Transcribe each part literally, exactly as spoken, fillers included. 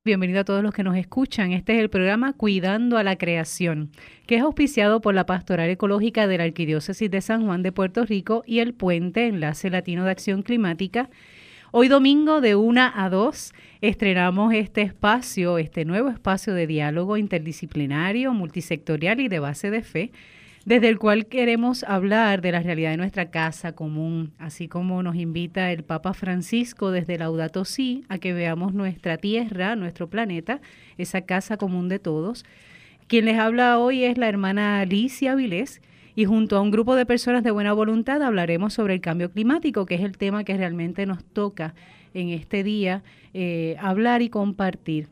Bienvenido a todos los que nos escuchan. Este es el programa Cuidando a la Creación, que es auspiciado por la Pastoral Ecológica de la Arquidiócesis de San Juan de Puerto Rico y el Puente, Enlace Latino de Acción Climática. Hoy domingo de una a dos estrenamos este espacio, este nuevo espacio de diálogo interdisciplinario, multisectorial y de base de fe, desde el cual queremos hablar de la realidad de nuestra casa común, así como nos invita el Papa Francisco desde Laudato Si a que veamos nuestra tierra, nuestro planeta, esa casa común de todos. Quien les habla hoy es la hermana Alicia Avilés, y junto a un grupo de personas de buena voluntad hablaremos sobre el cambio climático, que es el tema que realmente nos toca en este día eh, hablar y compartir.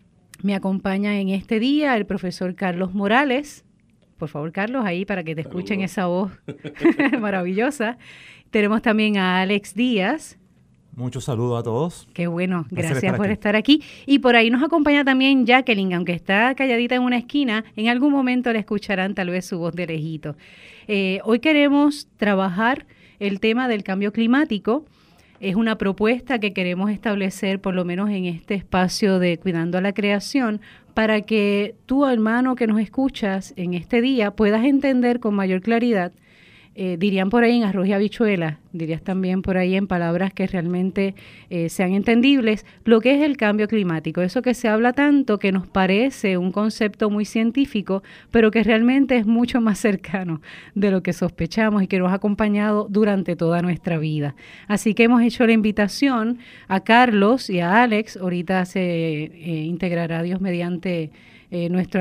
Me acompaña en este día el profesor Carlos Morales. Por favor, Carlos, ahí para que te Saludos. Escuchen esa voz maravillosa. Tenemos también a Alex Díaz. Muchos saludos a todos. Qué bueno, gracias estar por aquí. estar aquí. Y por ahí nos acompaña también Jacqueline, aunque está calladita en una esquina, en algún momento le escucharán tal vez su voz de lejito. Eh, hoy queremos trabajar el tema del cambio climático. Es una propuesta que queremos establecer, por lo menos en este espacio de Cuidando a la Creación, para que tú, hermano, que nos escuchas en este día, puedas entender con mayor claridad, eh, dirían por ahí en arroz y habichuela, dirías también por ahí en palabras que realmente eh, sean entendibles, lo que es el cambio climático. Eso que se habla tanto, que nos parece un concepto muy científico, pero que realmente es mucho más cercano de lo que sospechamos y que nos ha acompañado durante toda nuestra vida. Así que hemos hecho la invitación a Carlos y a Alex. Ahorita se eh, integrará Dios mediante eh, nuestro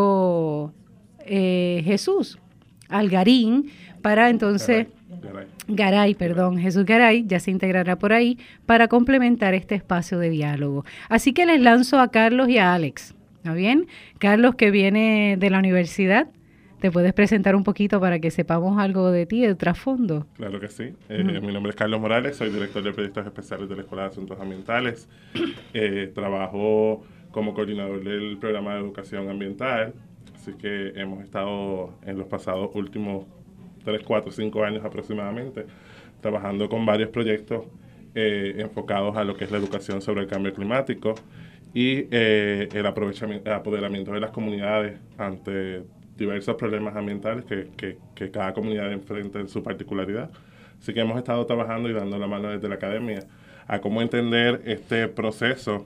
amigo eh, Jesús Algarín, para entonces, Garay. Garay, perdón, Jesús Garay, ya se integrará por ahí para complementar este espacio de diálogo. Así que les lanzo a Carlos y a Alex, ¿está bien? Carlos, que viene de la universidad, ¿te puedes presentar un poquito para que sepamos algo de ti, de trasfondo? Claro que sí. Eh, uh-huh. Mi nombre es Carlos Morales, soy director de proyectos especiales de la Escuela de Asuntos Ambientales. Eh, trabajo como coordinador del programa de educación ambiental, así que hemos estado en los pasados últimos tres, cuatro, cinco años aproximadamente, trabajando con varios proyectos eh, enfocados a lo que es la educación sobre el cambio climático y eh, el aprovechamiento, el apoderamiento de las comunidades ante diversos problemas ambientales que, que, que cada comunidad enfrenta en su particularidad. Así que hemos estado trabajando y dando la mano desde la academia a cómo entender este proceso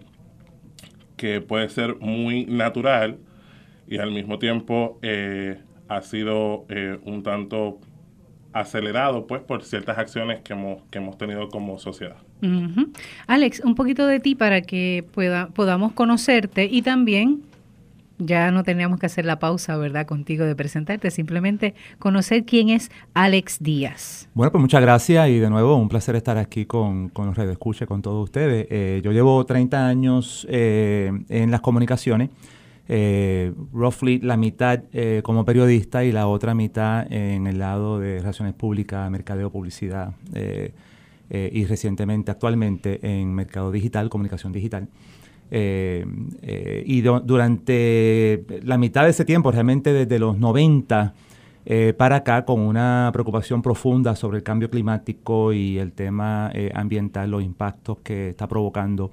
que puede ser muy natural y al mismo tiempo eh, ha sido eh, un tanto acelerado pues por ciertas acciones que hemos, que hemos tenido como sociedad. Uh-huh. Alex, un poquito de ti para que pueda, podamos conocerte y también, ya no teníamos que hacer la pausa, ¿verdad?, contigo de presentarte, simplemente conocer quién es Alex Díaz. Bueno, pues muchas gracias y de nuevo un placer estar aquí con, con los radioescuchas, con todos ustedes. Eh, yo llevo treinta años eh, en las comunicaciones. Eh, roughly la mitad eh, como periodista y la otra mitad en el lado de relaciones públicas, mercadeo, publicidad eh, eh, y recientemente, actualmente en mercado digital, comunicación digital. Eh, eh, y do, durante la mitad de ese tiempo, realmente desde los noventa eh, para acá, con una preocupación profunda sobre el cambio climático y el tema eh, ambiental, los impactos que está provocando.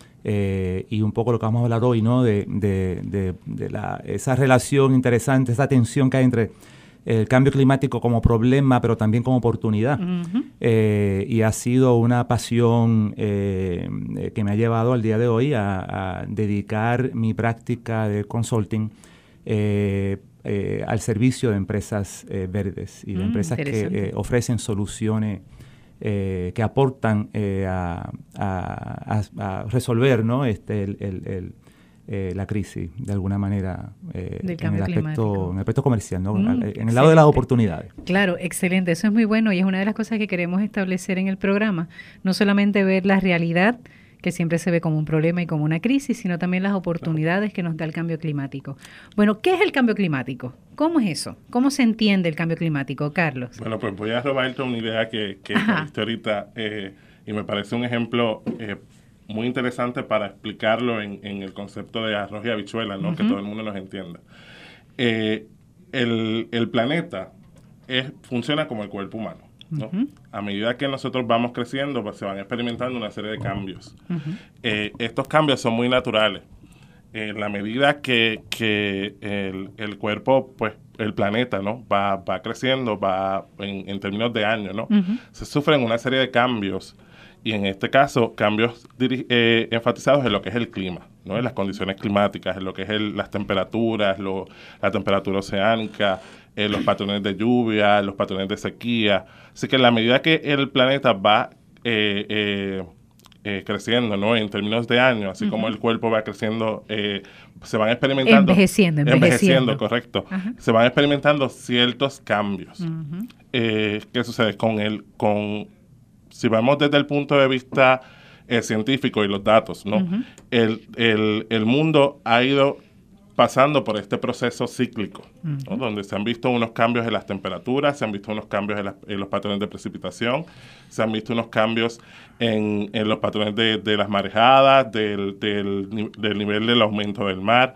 Eh, y un poco lo que vamos a hablar hoy, ¿no? De, de, de, de la, esa relación interesante, esa tensión que hay entre el cambio climático como problema, pero también como oportunidad. Uh-huh. Eh, y ha sido una pasión eh, que me ha llevado al día de hoy a, a dedicar mi práctica de consulting eh, eh, al servicio de empresas eh, verdes y de mm, empresas que eh, ofrecen soluciones Eh, que aportan eh, a, a, a, a resolver, ¿no? este, el, el, el, eh, la crisis de alguna manera eh, Del en, cambio el aspecto, climático. en el aspecto comercial, ¿no? Mm, en excelente. el lado de las oportunidades. Claro, excelente. Eso es muy bueno y es una de las cosas que queremos establecer en el programa. No solamente ver la realidad, que siempre se ve como un problema y como una crisis, sino también las oportunidades que nos da el cambio climático. Bueno, ¿qué es el cambio climático? ¿Cómo es eso? ¿Cómo se entiende el cambio climático, Carlos? Bueno, pues voy a robarte una idea que, que dijiste ahorita eh, y me parece un ejemplo eh, muy interesante para explicarlo en, en el concepto de arroz y habichuela, ¿no? Uh-huh. Que todo el mundo nos entienda. Eh, el, el planeta es, funciona como el cuerpo humano, ¿no? Uh-huh. A medida que nosotros vamos creciendo, pues se van experimentando una serie de cambios. Uh-huh. Eh, estos cambios son muy naturales. en la medida que, que el, el cuerpo, pues, el planeta, ¿no? Va, va creciendo, va en, en términos de años, ¿no? Uh-huh. Se sufren una serie de cambios, y en este caso, cambios diri- eh, enfatizados en lo que es el clima, ¿no? En las condiciones climáticas, en lo que es el, las temperaturas, lo, la temperatura oceánica, eh, los patrones de lluvia, los patrones de sequía. Así que en la medida que el planeta va eh, eh, eh, creciendo, ¿no? En términos de años, así uh-huh. como el cuerpo va creciendo, eh, se van experimentando... Envejeciendo, envejeciendo. Envejeciendo, correcto. Uh-huh. Se van experimentando ciertos cambios. Uh-huh. Eh, ¿Qué sucede con el... con Si vamos desde el punto de vista eh, científico y los datos, ¿no? Uh-huh. el, el, el mundo ha ido pasando por este proceso cíclico, uh-huh. ¿no? Donde se han visto unos cambios en las temperaturas, se han visto unos cambios en, la, en los patrones de precipitación, se han visto unos cambios en, en los patrones de, de las marejadas, del, del, del nivel del aumento del mar.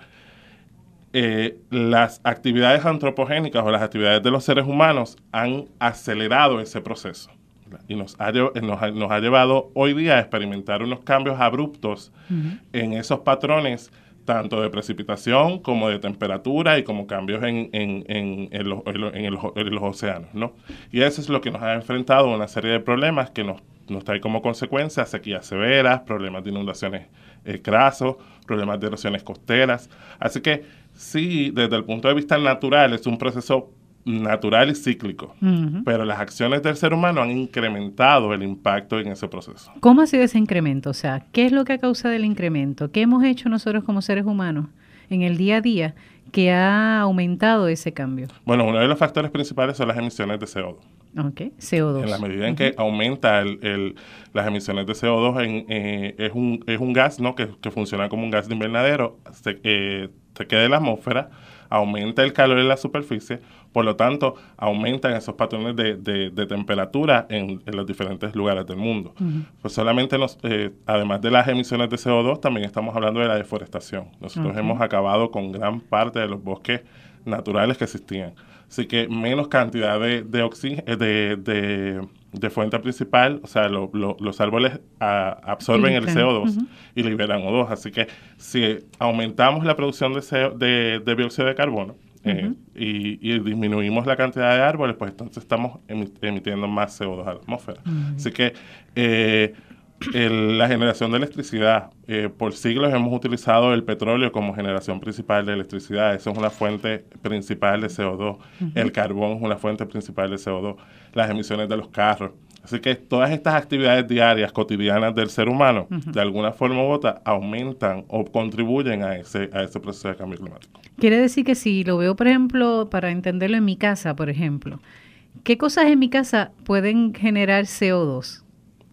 Eh, las actividades antropogénicas o las actividades de los seres humanos han acelerado ese proceso. Y nos ha, nos, ha, nos ha llevado hoy día a experimentar unos cambios abruptos uh-huh. en esos patrones, tanto de precipitación como de temperatura y como cambios en, en, en, en, los, en, los, en, el, en los océanos, ¿no? Y eso es lo que nos ha enfrentado a una serie de problemas que nos, nos trae como consecuencia sequías severas, problemas de inundaciones eh, crasos, problemas de erosiones costeras. Así que sí, desde el punto de vista natural, es un proceso natural y cíclico, uh-huh. pero las acciones del ser humano han incrementado el impacto en ese proceso. ¿Cómo ha sido ese incremento? O sea, ¿qué es lo que ha causado el incremento? ¿Qué hemos hecho nosotros como seres humanos en el día a día que ha aumentado ese cambio? Bueno, uno de los factores principales son las emisiones de C O dos. Ok, C O dos. En la medida en uh-huh. que aumenta el, el, las emisiones de C O dos, en, eh, es, un, es un gas, ¿no? que, que funciona como un gas de invernadero, se, eh, se queda en la atmósfera, aumenta el calor en la superficie, por lo tanto, aumentan esos patrones de, de, de temperatura en, en los diferentes lugares del mundo. Uh-huh. Pues solamente, nos, eh, además de las emisiones de C O dos, también estamos hablando de la deforestación. Nosotros uh-huh. hemos acabado con gran parte de los bosques naturales que existían. Así que menos cantidad de, de oxígeno, de, de, de fuente principal, o sea, lo, lo, los árboles a, absorben sí, el C O dos uh-huh. y liberan O dos. Así que si aumentamos la producción de, C O, de, de dióxido de carbono, eh, uh-huh. y, y disminuimos la cantidad de árboles, pues entonces estamos emitiendo más C O dos a la atmósfera. Uh-huh. Así que eh, el, la generación de electricidad, eh, por siglos hemos utilizado el petróleo como generación principal de electricidad. Eso es una fuente principal de C O dos. Uh-huh. El carbón es una fuente principal de C O dos. Las emisiones de los carros. Así que todas estas actividades diarias, cotidianas del ser humano, uh-huh. de alguna forma u otra, aumentan o contribuyen a ese, a ese proceso de cambio climático. Quiere decir que si lo veo, por ejemplo, para entenderlo en mi casa, por ejemplo, ¿qué cosas en mi casa pueden generar C O dos?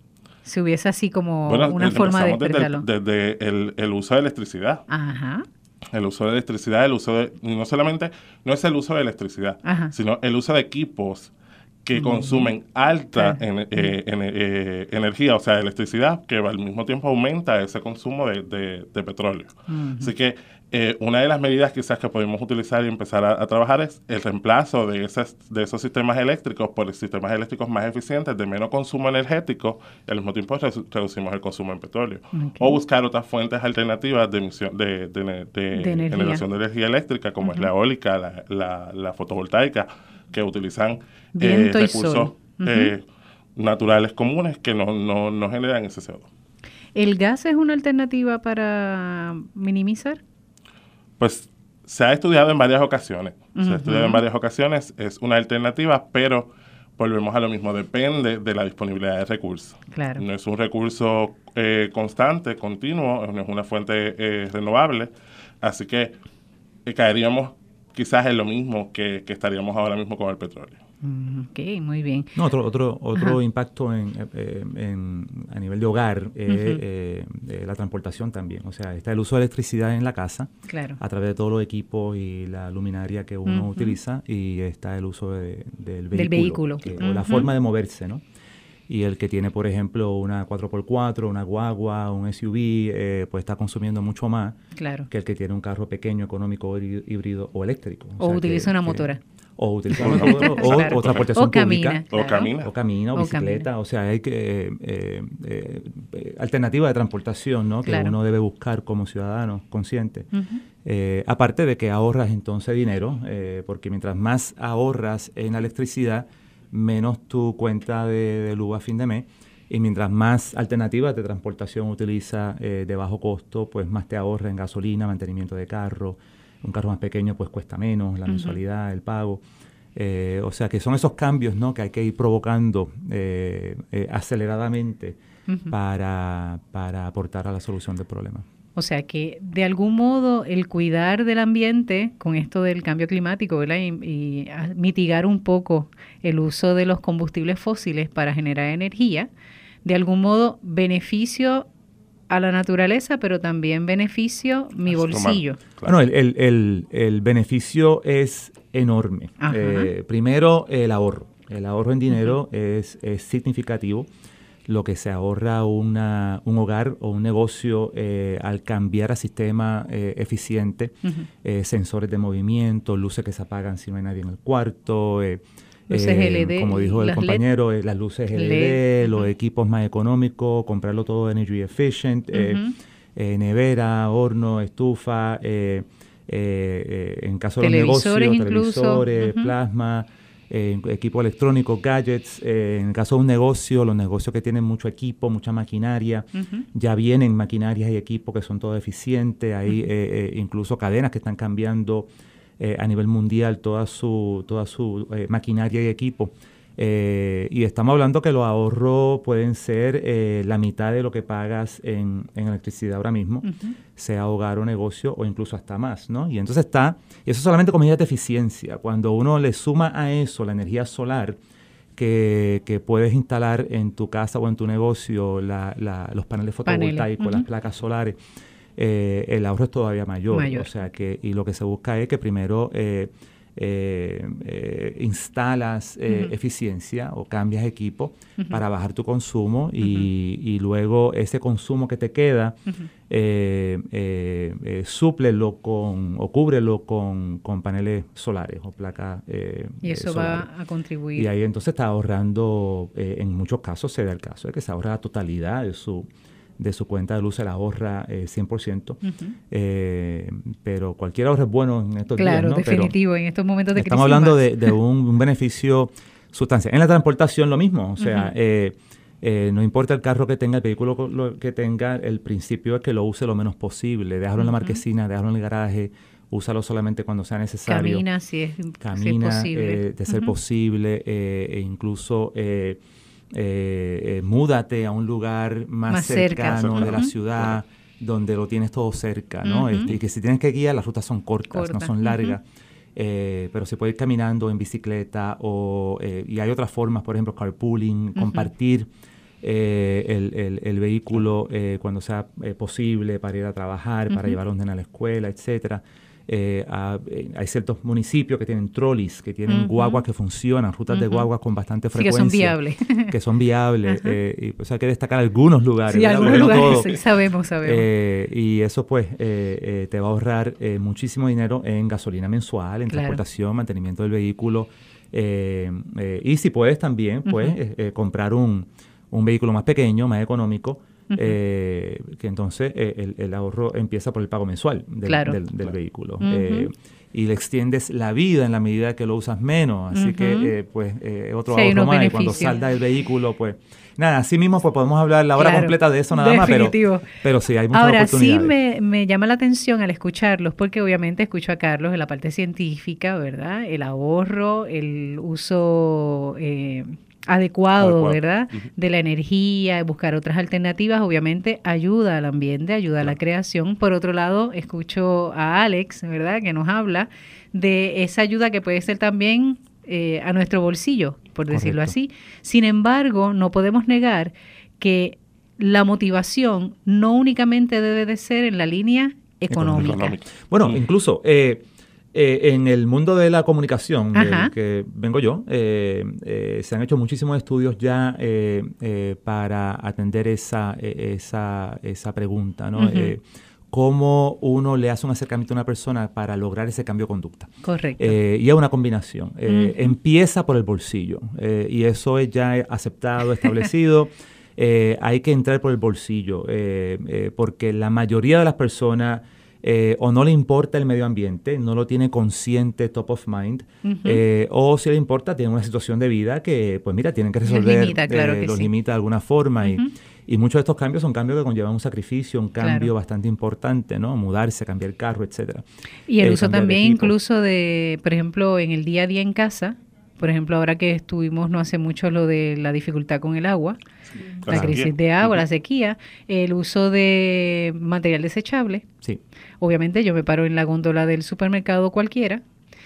Si hubiese así como bueno, una forma de expresarlo. Desde, desde el, el uso de electricidad. Ajá. El uso de electricidad, el uso de, no solamente, no es el uso de electricidad, Ajá. sino el uso de equipos que consumen alta en, eh, en, eh, energía, o sea, electricidad, que al mismo tiempo aumenta ese consumo de, de, de petróleo. Uh-huh. Así que eh, una de las medidas quizás que podemos utilizar y empezar a, a trabajar es el reemplazo de, esas, de esos sistemas eléctricos por sistemas eléctricos más eficientes, de menos consumo energético, y al mismo tiempo redu- reducimos el consumo en petróleo. Okay. O buscar otras fuentes alternativas de, emisión, de, de, de, de, de generación de energía eléctrica, como uh-huh. es la eólica, la, la, la fotovoltaica, que utilizan eh, recursos uh-huh. eh, naturales comunes que no, no, no generan ese C O dos. ¿El gas es una alternativa para minimizar? Pues se ha estudiado en varias ocasiones. Uh-huh. Se ha estudiado en varias ocasiones, es una alternativa, pero volvemos a lo mismo, depende de la disponibilidad de recursos. Claro. No es un recurso eh, constante, continuo, no es una fuente eh, renovable, así que eh, caeríamos quizás es lo mismo que, que estaríamos ahora mismo con el petróleo. Ok, muy bien. No, otro otro otro impacto en, eh, en, a nivel de hogar es uh-huh. eh, eh, la transportación también. O sea, está el uso de electricidad en la casa, claro. a través de todos los equipos y la luminaria que uno uh-huh. utiliza, y está el uso de, del vehículo, del vehículo. Que, uh-huh. o la forma de moverse, ¿no? Y el que tiene, por ejemplo, una cuatro por cuatro, una guagua, un S U V, eh, pues está consumiendo mucho más claro. que el que tiene un carro pequeño, económico, híbrido o eléctrico. O, o sea, utiliza que, una que, motora. o utiliza el método, o, claro. o transportación o camina, pública. claro. O camina. O camina, o, o bicicleta. camina. O sea, hay que eh, eh, eh, alternativa de transportación, ¿no? Claro. Que uno debe buscar como ciudadano consciente. Uh-huh. Eh, aparte de que ahorras entonces dinero, eh, porque mientras más ahorras en la electricidad, menos tu cuenta de, de luz a fin de mes, y mientras más alternativas de transportación utiliza eh, de bajo costo, pues más te ahorra en gasolina, mantenimiento de carro. Un carro más pequeño pues cuesta menos, la uh-huh. mensualidad, el pago. Eh, o sea que son esos cambios, ¿no? Que hay que ir provocando eh, eh, aceleradamente uh-huh. para, para aportar a la solución del problema. O sea que de algún modo el cuidar del ambiente con esto del cambio climático, ¿verdad? Y, y mitigar un poco el uso de los combustibles fósiles para generar energía, de algún modo beneficio a la naturaleza, pero también beneficio mi bolsillo. Claro. Bueno, el, el, el, el beneficio es enorme. Eh, primero, el ahorro. El ahorro en dinero uh-huh. es, es significativo. Lo que se ahorra una, un hogar o un negocio eh, al cambiar a sistema eh, eficiente, uh-huh. eh, sensores de movimiento, luces que se apagan si no hay nadie en el cuarto, eh, luces eh, L E D, como dijo el compañero, eh, las luces L E D, L E D, los uh-huh. equipos más económicos, comprarlo todo energy efficient, eh, uh-huh. eh, nevera, horno, estufa, eh, eh, eh, en caso de los negocios, televisores, uh-huh. plasma, Eh, equipo electrónico, gadgets, eh, en el caso de un negocio, los negocios que tienen mucho equipo, mucha maquinaria, uh-huh. ya vienen maquinarias y equipos que son todo eficientes, hay uh-huh. eh, eh, incluso cadenas que están cambiando eh, a nivel mundial toda su, toda su eh, maquinaria y equipo. Eh, y estamos hablando que los ahorros pueden ser eh, la mitad de lo que pagas en, en electricidad ahora mismo, uh-huh. sea hogar o negocio, o incluso hasta más, ¿no? Y entonces está, y eso solamente con medidas de eficiencia. Cuando uno le suma a eso la energía solar que, que puedes instalar en tu casa o en tu negocio, la, la, los paneles fotovoltaicos, paneles. Uh-huh. las placas solares, eh, el ahorro es todavía mayor. mayor. O sea que, y lo que se busca es que primero eh, Eh, eh, instalas eh, uh-huh. eficiencia o cambias equipo uh-huh. para bajar tu consumo y, uh-huh. y luego ese consumo que te queda uh-huh. eh, eh, eh, súplelo con o cúbrelo con, con paneles solares o placas eh, y eso eh, solares. va a contribuir. Y ahí entonces está ahorrando, eh, en muchos casos se da el caso de que se ahorra la totalidad de su de su cuenta de luz, se la ahorra eh, cien por ciento. Uh-huh. Eh, pero cualquier ahorro es bueno en estos claro, días, ¿no? Claro, definitivo, pero en estos momentos de crisis. Estamos hablando de, de un, un beneficio sustancial. En la transportación lo mismo, o sea, uh-huh. eh, eh, no importa el carro que tenga, el vehículo que tenga, el principio es que lo use lo menos posible. Déjalo uh-huh. en la marquesina, déjalo en el garaje, úsalo solamente cuando sea necesario. Camina si es, Camina, si es posible. Eh, de ser uh-huh. posible, eh, e incluso... Eh, Eh, eh, múdate a un lugar más, más cercano cerca. de la ciudad, uh-huh. donde lo tienes todo cerca, ¿no? Uh-huh. Este, y que si tienes que guiar, las rutas son cortas, Corta. no son largas, uh-huh. eh, pero se puede ir caminando en bicicleta o eh, y hay otras formas, por ejemplo, carpooling, uh-huh. compartir eh, el, el, el vehículo eh, cuando sea eh, posible para ir a trabajar, uh-huh. para llevar a los nenes a la escuela, etcétera. Eh, a, eh, hay ciertos municipios que tienen trolis, que tienen uh-huh. guaguas que funcionan, rutas uh-huh. de guaguas con bastante frecuencia. Sí, que son viables. que son viables. Uh-huh. eh, y pues hay que destacar algunos lugares. Sí, ¿verdad? algunos Porque lugares, no todo, sí, sabemos, sabemos. Eh, y eso pues eh, eh, te va a ahorrar eh, muchísimo dinero en gasolina mensual, en claro. transportación, mantenimiento del vehículo. Eh, eh, y si puedes también, pues, uh-huh. eh, eh, comprar un, un vehículo más pequeño, más económico, Uh-huh. Eh, que entonces eh, el, el ahorro empieza por el pago mensual del, claro. del, del claro. vehículo. Uh-huh. Eh, y le extiendes la vida en la medida que lo usas menos. Así uh-huh. que, eh, pues, eh, otro sí, ahorro más. Y cuando salda el vehículo, pues, nada, así mismo pues podemos hablar la hora claro. completa de eso nada Definitivo. más, pero, pero sí, hay muchas Ahora, oportunidades. Ahora, sí me, me llama la atención al escucharlos, porque obviamente escucho a Carlos en la parte científica, ¿verdad? El ahorro, el uso... Eh, Adecuado, Adecuado, ¿verdad? Uh-huh. De la energía, buscar otras alternativas, obviamente ayuda al ambiente, ayuda claro. a la creación. Por otro lado, escucho a Alex, ¿verdad? Que nos habla de esa ayuda que puede ser también eh, a nuestro bolsillo, por decirlo Correcto. así. Sin embargo, no podemos negar que la motivación no únicamente debe de ser en la línea económica. económica. Bueno, uh-huh. incluso... Eh, Eh, en el mundo de la comunicación, del que vengo yo, eh, eh, se han hecho muchísimos estudios ya eh, eh, para atender esa, eh, esa, esa pregunta, ¿no? Uh-huh. Eh, cómo uno le hace un acercamiento a una persona para lograr ese cambio de conducta. Correcto. Eh, y es una combinación. Eh, uh-huh. Empieza por el bolsillo eh, y eso es ya aceptado, establecido. eh, hay que entrar por el bolsillo eh, eh, porque la mayoría de las personas eh, o no le importa el medio ambiente, no lo tiene consciente, top of mind, uh-huh. eh, o si le importa, tiene una situación de vida que, pues mira, tienen que resolver, los limita, claro eh, que los sí. limita de alguna forma uh-huh. y Y muchos de estos cambios son cambios que conllevan un sacrificio, un cambio claro. bastante importante, ¿no? Mudarse, cambiar el carro, etcétera. Y el eh, uso también incluso de, por ejemplo, en el día a día en casa, por ejemplo, ahora que estuvimos no hace mucho lo de la dificultad con el agua, sí. la, la crisis de agua, uh-huh. la sequía, el uso de material desechable. Sí. Obviamente yo me paro en la góndola del supermercado cualquiera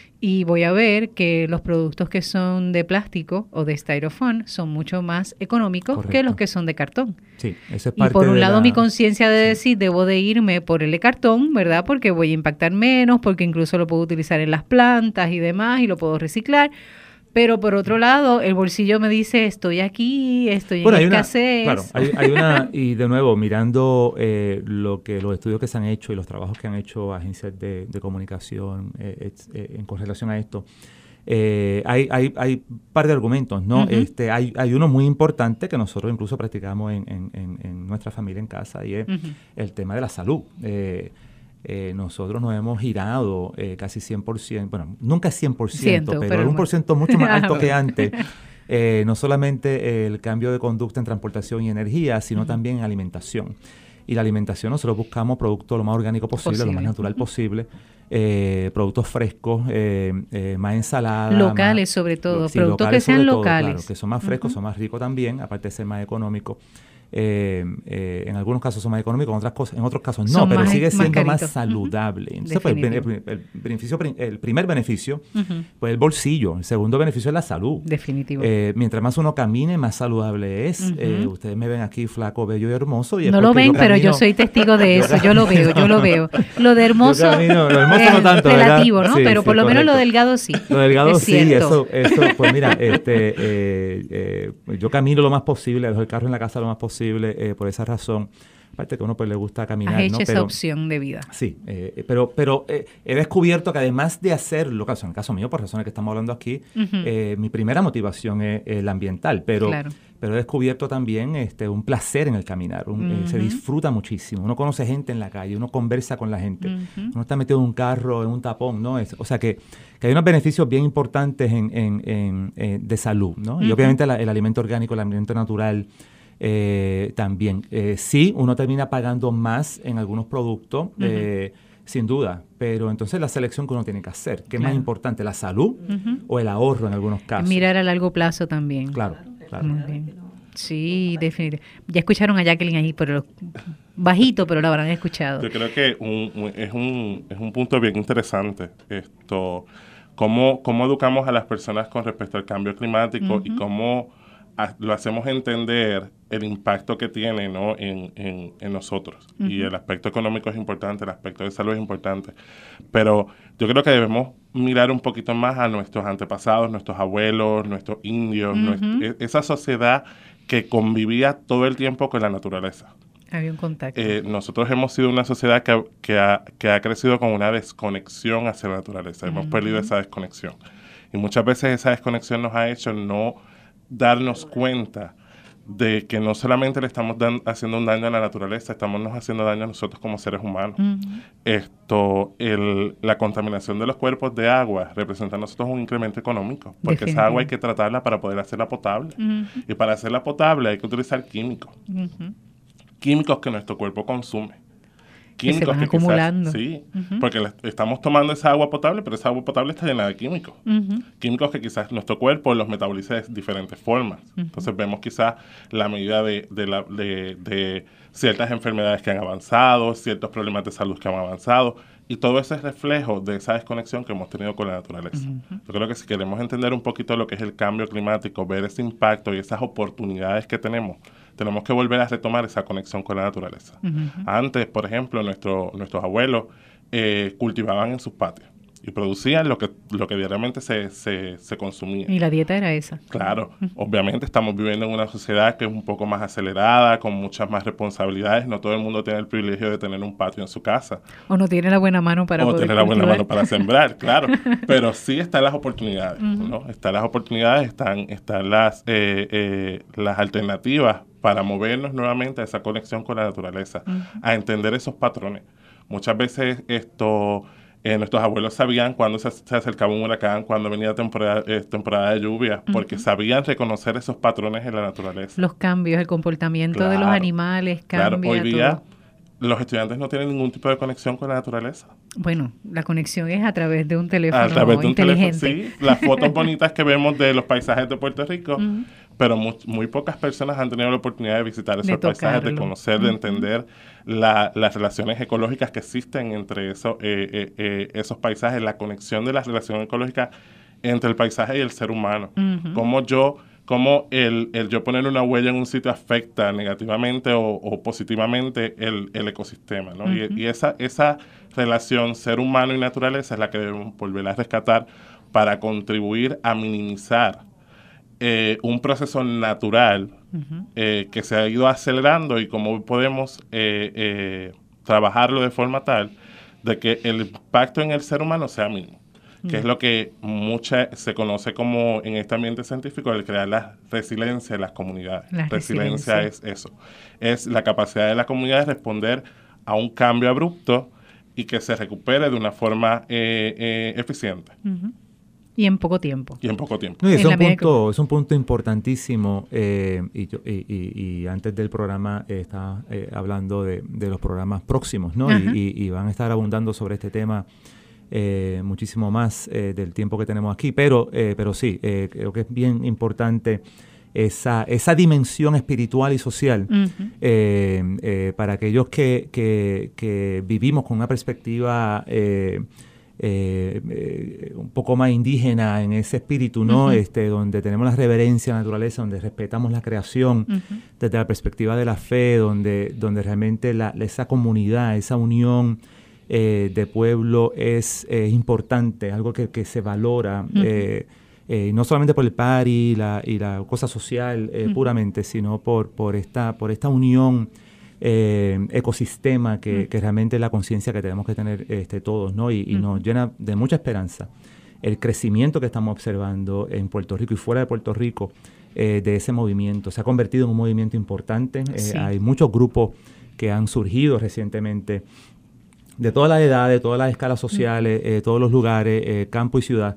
y voy a ver que los productos que son de plástico o de styrofoam son mucho más económicos Correcto. Que los que son de cartón. Sí, eso es parte y por un de lado la... mi conciencia de sí. decir, debo de irme por el de cartón, ¿verdad? Porque voy a impactar menos, porque incluso lo puedo utilizar en las plantas y demás y lo puedo reciclar. Pero por otro lado, el bolsillo me dice, estoy aquí, estoy bueno, en escasez. Una, claro, hay, hay una, y de nuevo, mirando eh, lo que los estudios que se han hecho y los trabajos que han hecho agencias de, de comunicación eh, eh, en correlación a esto, eh, hay, hay, hay un par de argumentos, ¿no? Uh-huh. Este, hay, hay uno muy importante que nosotros incluso practicamos en, en, en, en nuestra familia en casa y es uh-huh. el tema de la salud. Eh, Eh, nosotros nos hemos girado eh, casi cien por ciento, bueno, nunca cien por ciento, pero, pero un por ciento mucho más alto que antes. Eh, no solamente el cambio de conducta en transportación y energía, sino uh-huh. también en alimentación. Y la alimentación nosotros buscamos productos lo más orgánico posible, posible. lo más natural uh-huh. posible, eh, productos frescos, eh, eh, más ensaladas. Locales más, sobre todo, sí, productos locales que sean todo, locales. Claro, que son más frescos, uh-huh. son más ricos también, aparte de ser más económicos. Eh, eh, en algunos casos son más económicos, en otras cosas, en otros casos no, son pero más, sigue siendo más, más saludable. Uh-huh. Entonces, pues, el, el, el, beneficio, el primer beneficio, uh-huh. pues el bolsillo. El segundo beneficio es la salud. Definitivo. Eh, mientras más uno camine, más saludable es. Uh-huh. Eh, ustedes me ven aquí flaco, bello y hermoso. Y no lo ven, yo pero yo soy testigo de eso. Yo lo veo, yo lo veo. Lo de hermoso, camino, lo hermoso es no tanto, relativo, ¿verdad? ¿no? Sí, pero sí, por lo correcto. menos lo delgado sí. Lo delgado es sí, eso, eso, pues mira, este, eh, eh, yo camino lo más posible, dejo el carro en la casa lo más posible, eh, por esa razón. Aparte que a uno pues le gusta caminar, Has hecho ¿no? esa pero, opción de vida. Sí, eh, pero, pero eh, he descubierto que además de hacerlo, en el caso mío, por razones que estamos hablando aquí, uh-huh. eh, mi primera motivación es, es la ambiental, pero, claro. pero he descubierto también este, un placer en el caminar, un, uh-huh. eh, se disfruta muchísimo, uno conoce gente en la calle, uno conversa con la gente, uh-huh. uno está metido en un carro, en un tapón, ¿no? Es, o sea que, que hay unos beneficios bien importantes en, en, en, en, de salud, ¿no? Uh-huh. Y obviamente la, el alimento orgánico, el alimento natural, Eh, también. Eh, sí, uno termina pagando más en algunos productos, uh-huh. eh, sin duda, pero entonces la selección que uno tiene que hacer, ¿qué claro. es más importante, la salud uh-huh. o el ahorro en algunos casos? Mirar a largo plazo también. Claro, claro. Muy bien. Sí, definitivamente. Ya escucharon a Jacqueline ahí, pero bajito, pero lo habrán escuchado. Yo creo que un, un, es, un, es un punto bien interesante esto, cómo, cómo educamos a las personas con respecto al cambio climático uh-huh. y cómo a, lo hacemos entender el impacto que tiene, ¿no? en, en, en nosotros. Uh-huh. Y el aspecto económico es importante, el aspecto de salud es importante. Pero yo creo que debemos mirar un poquito más a nuestros antepasados, nuestros abuelos, nuestros indios, uh-huh. nuestra, esa sociedad que convivía todo el tiempo con la naturaleza. Había un contacto. Eh, nosotros hemos sido una sociedad que, que, ha, que ha crecido con una desconexión hacia la naturaleza. Uh-huh. Hemos perdido esa desconexión. Y muchas veces esa desconexión nos ha hecho no darnos cuenta de que no solamente le estamos dan, haciendo un daño a la naturaleza, estamos nos haciendo daño a nosotros como seres humanos. Uh-huh. Esto, el, la contaminación de los cuerpos de agua representa a nosotros un incremento económico, porque esa agua hay que tratarla para poder hacerla potable. Uh-huh. Y para hacerla potable hay que utilizar químicos. Uh-huh. Químicos que nuestro cuerpo consume. Químicos que se van que acumulando. Quizás, sí, uh-huh. porque la, estamos tomando esa agua potable, pero esa agua potable está llena de químicos. Uh-huh. Químicos que quizás nuestro cuerpo los metaboliza de diferentes formas. Uh-huh. Entonces vemos quizás la medida de, de, la, de, de ciertas enfermedades que han avanzado, ciertos problemas de salud que han avanzado, y todo ese es reflejo de esa desconexión que hemos tenido con la naturaleza. Uh-huh. Yo creo que si queremos entender un poquito lo que es el cambio climático, ver ese impacto y esas oportunidades que tenemos, tenemos que volver a retomar esa conexión con la naturaleza. Uh-huh. Antes, por ejemplo, nuestro, nuestros abuelos eh, cultivaban en sus patios. y producían lo que, lo que diariamente se, se, se consumía. Y la dieta era esa. Claro, obviamente estamos viviendo en una sociedad que es un poco más acelerada, con muchas más responsabilidades. No todo el mundo tiene el privilegio de tener un patio en su casa. O no tiene la buena mano para o poder tener la buena cultivar. mano para sembrar, claro. Pero sí están las oportunidades, Uh-huh. ¿no? Están las oportunidades, están, están las, eh, eh, las alternativas para movernos nuevamente a esa conexión con la naturaleza, uh-huh. a entender esos patrones. Muchas veces esto... Eh, nuestros abuelos sabían cuándo se, se acercaba un huracán, cuándo venía temporada, eh, temporada de lluvia, uh-huh. porque sabían reconocer esos patrones en la naturaleza. Los cambios, el comportamiento claro, de los animales, cambia claro. Hoy día todo. Los estudiantes no tienen ningún tipo de conexión con la naturaleza. Bueno, la conexión es a través de un teléfono a través de un inteligente. Teléfono, sí, las fotos bonitas que vemos de los paisajes de Puerto Rico, uh-huh. pero muy, muy pocas personas han tenido la oportunidad de visitar esos de paisajes, de conocer, uh-huh. de entender la, las relaciones ecológicas que existen entre eso, eh, eh, eh, esos paisajes, la conexión de la relación ecológica entre el paisaje y el ser humano. Uh-huh. Cómo yo... cómo el, el yo poner una huella en un sitio afecta negativamente o, o positivamente el, el ecosistema, ¿no? Uh-huh. Y, y esa, esa relación ser humano y naturaleza es la que debemos volver a rescatar para contribuir a minimizar eh, un proceso natural uh-huh. eh, que se ha ido acelerando y cómo podemos eh, eh, trabajarlo de forma tal de que el impacto en el ser humano sea mínimo. Que es lo que mucha, se conoce como en este ambiente científico el crear la resiliencia de las comunidades. La resiliencia, resiliencia es eso, es la capacidad de la comunidad de responder a un cambio abrupto y que se recupere de una forma eh, eh, eficiente. Uh-huh. Y en poco tiempo. Y en poco tiempo. No, y es, un punto, es un punto importantísimo eh, y, yo, y, y, y antes del programa eh, estaba eh, hablando de, de los programas próximos, ¿no? Uh-huh. y, y, y van a estar abundando sobre este tema Eh, muchísimo más eh, del tiempo que tenemos aquí, pero, eh, pero sí, eh, creo que es bien importante esa, esa dimensión espiritual y social uh-huh. eh, eh, para aquellos que, que, que vivimos con una perspectiva eh, eh, eh, un poco más indígena en ese espíritu, ¿no? Uh-huh. Este, donde tenemos la reverencia a la naturaleza, donde respetamos la creación uh-huh. desde la perspectiva de la fe, donde, donde realmente la, esa comunidad, esa unión Eh, de pueblo es eh, importante, algo que, que se valora, uh-huh. eh, eh, no solamente por el party y la, y la cosa social eh, uh-huh. puramente, sino por, por, esta, por esta unión eh, ecosistema que, uh-huh. que realmente es la conciencia que tenemos que tener este, todos, ¿no? Y, y uh-huh. nos llena de mucha esperanza el crecimiento que estamos observando en Puerto Rico y fuera de Puerto Rico eh, de ese movimiento. Se ha convertido en un movimiento importante, eh, sí. hay muchos grupos que han surgido recientemente de todas las edades, de todas las escalas sociales, eh, todos los lugares, eh, campo y ciudad,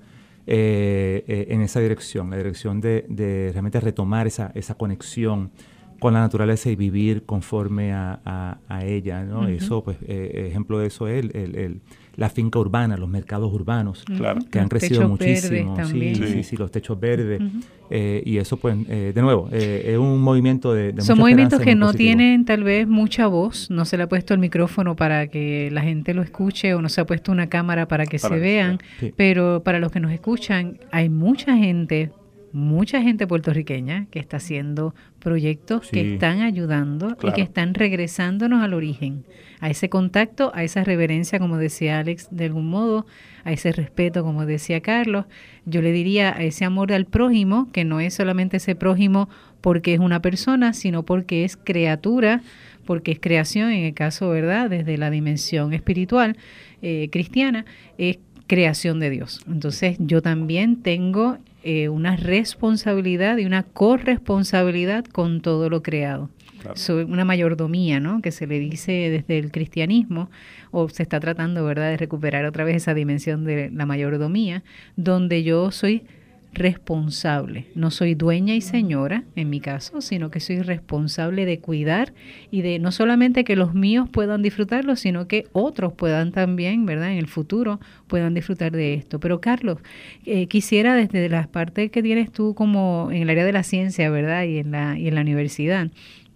eh, eh, en esa dirección, la dirección de, de realmente retomar esa, esa conexión con la naturaleza y vivir conforme a, a, a ella, ¿no? Uh-huh. Eso, pues, eh, ejemplo de eso es el, el, el, la finca urbana, los mercados urbanos, claro. que han los crecido muchísimo. Sí, sí, sí, sí, los techos verdes. Uh-huh. eh, y eso, pues, eh, de nuevo, eh, es un movimiento de, de Son mucha movimientos que no positivo. tienen tal vez mucha voz, no se le ha puesto el micrófono para que la gente lo escuche o no se ha puesto una cámara para que para se vean, sí. pero para los que nos escuchan, hay mucha gente, mucha gente puertorriqueña que está haciendo proyectos sí. que están ayudando claro. y que están regresándonos al origen, a ese contacto, a esa reverencia, como decía Alex, de algún modo, a ese respeto, como decía Carlos. Yo le diría a ese amor al prójimo, que no es solamente ese prójimo porque es una persona, sino porque es criatura, porque es creación, en el caso, ¿verdad?, desde la dimensión espiritual eh, cristiana, es creación de Dios. Entonces, yo también tengo eh, una responsabilidad y una corresponsabilidad con todo lo creado. Claro. Soy una mayordomía, ¿no?, que se le dice desde el cristianismo, o se está tratando, ¿verdad?, de recuperar otra vez esa dimensión de la mayordomía, donde yo soy responsable. No soy dueña y señora, en mi caso, sino que soy responsable de cuidar y de no solamente que los míos puedan disfrutarlo, sino que otros puedan también, ¿verdad?, en el futuro puedan disfrutar de esto. Pero Carlos, eh, quisiera desde las partes que tienes tú como en el área de la ciencia, ¿verdad?, y en la, y en la universidad,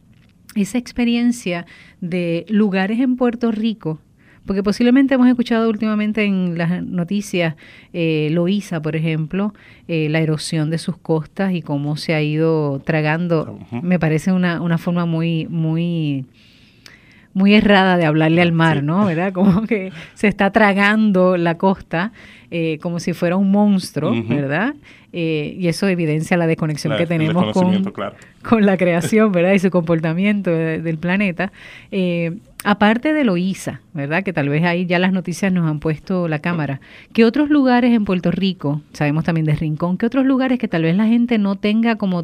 esa experiencia de lugares en Puerto Rico, porque posiblemente hemos escuchado últimamente en las noticias eh, Loíza, por ejemplo, eh, la erosión de sus costas y cómo se ha ido tragando. Uh-huh. Me parece una, una forma muy, muy, muy errada de hablarle al mar, sí. ¿no? ¿Verdad? Como que se está tragando la costa eh, como si fuera un monstruo, uh-huh. ¿verdad? Eh, y eso evidencia la desconexión la, que tenemos con, claro. con la creación, ¿verdad? Y su comportamiento de, del planeta. Eh, aparte de Loíza, ¿verdad? Que tal vez ahí ya las noticias nos han puesto la cámara. ¿Qué otros lugares en Puerto Rico, sabemos también de Rincón, qué otros lugares que tal vez la gente no tenga como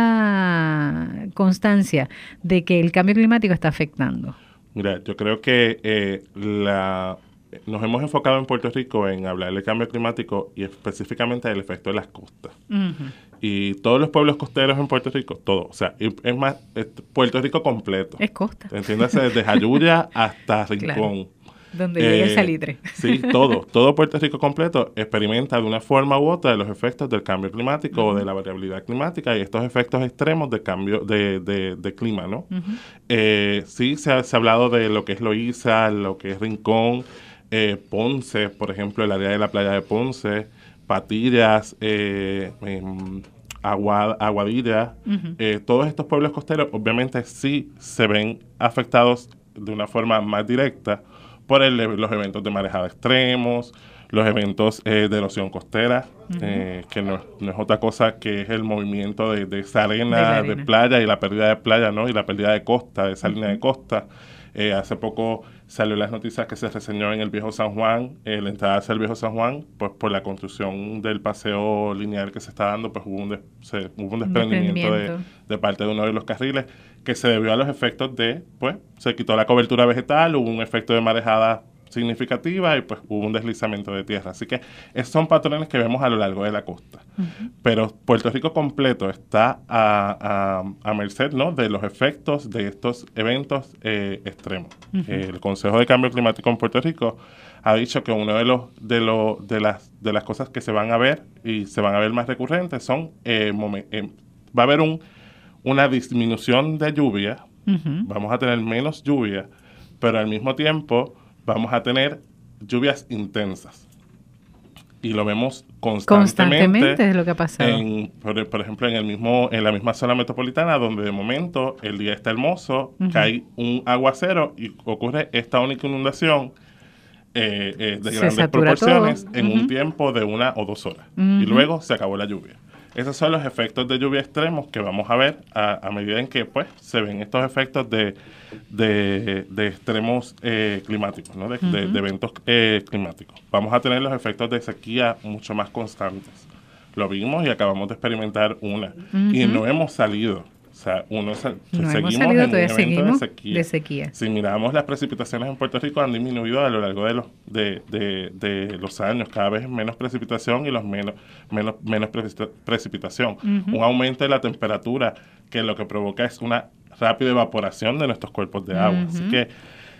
tanta constancia de que el cambio climático está afectando? Mira, yo creo que eh, la... nos hemos enfocado en Puerto Rico en hablar del cambio climático y específicamente del efecto de las costas. Uh-huh. Y todos los pueblos costeros en Puerto Rico, todo, o sea, es más, es Puerto Rico completo. Es costa. Entiéndase, desde Jayuya hasta Rincón. Claro. Donde eh, llega el salitre. Sí, todo, todo Puerto Rico completo experimenta de una forma u otra los efectos del cambio climático uh-huh. o de la variabilidad climática y estos efectos extremos de cambio de, de, de clima, ¿no? Uh-huh. Eh, sí, se ha, se ha hablado de lo que es Loíza, lo que es Rincón, Eh, Ponce, por ejemplo, el área de la playa de Ponce, Patillas, eh, eh, Agua, Aguadilla, uh-huh. eh, todos estos pueblos costeros obviamente sí se ven afectados de una forma más directa por el, los eventos de marejada extremos, los eventos eh, de erosión costera, uh-huh. eh, que no, no es otra cosa que es el movimiento de, de esa arena de, arena de playa y la pérdida de playa, ¿no? Y la pérdida de costa, de esa uh-huh. línea de costa. Eh, hace poco salió las noticias que se reseñó en el Viejo San Juan, eh, la entrada hacia el Viejo San Juan, pues por la construcción del paseo lineal que se está dando, pues hubo un, des, se, hubo un desprendimiento de, de parte de uno de los carriles que se debió a los efectos de, pues, se quitó la cobertura vegetal, hubo un efecto de marejada significativa y pues hubo un deslizamiento de tierra. Así que esos son patrones que vemos a lo largo de la costa. Uh-huh. Pero Puerto Rico completo está a, a, a merced, ¿no?, de los efectos de estos eventos eh, extremos. Uh-huh. Eh, el Consejo de Cambio Climático en Puerto Rico ha dicho que uno de los de los de las de las cosas que se van a ver y se van a ver más recurrentes son eh, momen- eh, va a haber un una disminución de lluvia, uh-huh. vamos a tener menos lluvia, pero al mismo tiempo vamos a tener lluvias intensas. Y lo vemos constantemente. Constantemente es lo que ha pasado. En, por, por ejemplo, en el mismo, en la misma zona metropolitana, donde de momento el día está hermoso, uh-huh. cae un aguacero y ocurre esta única inundación eh, eh, de se grandes proporciones todo. en uh-huh. un tiempo de una o dos horas. Uh-huh. Y luego se acabó la lluvia. Esos son los efectos de lluvia extremos que vamos a ver a, a medida en que pues se ven estos efectos de, de, de extremos eh, climáticos, ¿no? de, uh-huh. de, de eventos eh, climáticos. Vamos a tener los efectos de sequía mucho más constantes. Lo vimos y acabamos de experimentar una. Uh-huh. Y no hemos salido. O sea, uno se, no seguimos hemos salido, en un todavía evento seguimos de sequía. de sequía. Si miramos las precipitaciones en Puerto Rico han disminuido a lo largo de los de, de, de los años, cada vez menos precipitación y los menos menos menos precipitación. Uh-huh. Un aumento de la temperatura que lo que provoca es una rápida evaporación de nuestros cuerpos de agua. Uh-huh. Así que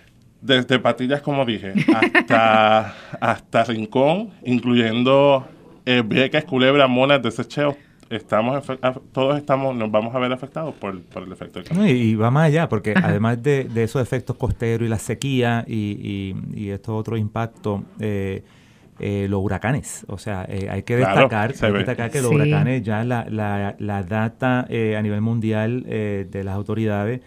desde Patillas, como dije, hasta hasta Rincón, incluyendo eh, Vieques, Culebra, Monas, Desecheo, estamos todos estamos nos vamos a ver afectados por, por el efecto del cambio. No, y, y va más allá, porque Ajá. además de, de esos efectos costeros y la sequía y, y, y estos otros impactos, eh, eh, los huracanes. O sea, eh, hay que destacar, claro, hay que, destacar que sí. los huracanes, ya la, la, la data eh, a nivel mundial eh, de las autoridades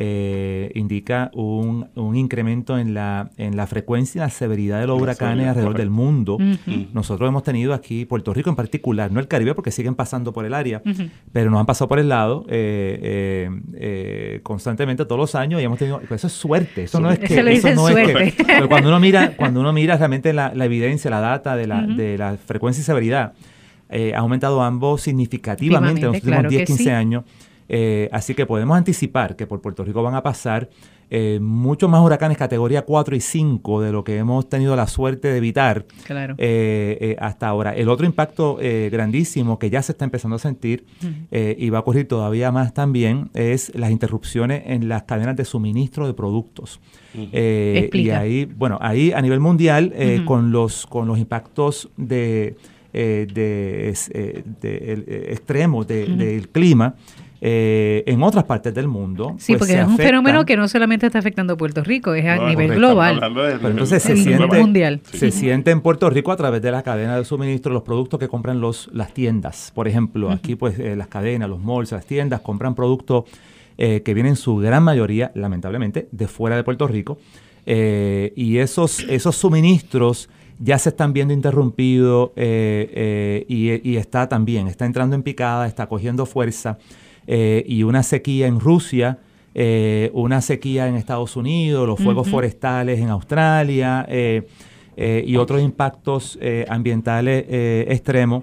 eh, indica un, un incremento en la, en la frecuencia y la severidad de los huracanes sí, alrededor correcto. del mundo. Uh-huh. Nosotros hemos tenido aquí, Puerto Rico en particular, no el Caribe porque siguen pasando por el área, uh-huh. pero nos han pasado por el lado eh, eh, eh, constantemente todos los años y hemos tenido, pues eso es suerte, eso sí. no es que... Eso no suerte. Es que, pero cuando uno mira, cuando uno mira realmente la, la evidencia, la data de la, uh-huh. de la frecuencia y severidad, eh, ha aumentado ambos significativamente en los últimos claro diez, quince sí. años. Eh, así que podemos anticipar que por Puerto Rico van a pasar eh, muchos más huracanes categoría cuatro y cinco de lo que hemos tenido la suerte de evitar claro. eh, eh, hasta ahora. El otro impacto eh, grandísimo que ya se está empezando a sentir uh-huh. eh, y va a ocurrir todavía más también es las interrupciones en las cadenas de suministro de productos. Uh-huh. Eh, y ahí, bueno, ahí a nivel mundial eh, uh-huh. con los con los impactos de, eh, de, eh, de, de, de extremos de, uh-huh. del clima. Eh, en otras partes del mundo. Sí, pues porque es un afectan, fenómeno que no solamente está afectando a Puerto Rico, es a no, nivel global. De, Pero entonces se, siente, mundial. se sí. siente en Puerto Rico a través de la cadena de suministro, los productos que compran los, las tiendas. Por ejemplo, uh-huh. aquí pues eh, las cadenas, los malls, las tiendas compran productos eh, que vienen en su gran mayoría, lamentablemente, de fuera de Puerto Rico. Eh, y esos, esos suministros ya se están viendo interrumpidos eh, eh, y, y está también, está entrando en picada, está cogiendo fuerza. Eh, y una sequía en Rusia, eh, una sequía en Estados Unidos, los fuegos uh-huh. forestales en Australia eh, eh, y otros impactos eh, ambientales eh, extremos,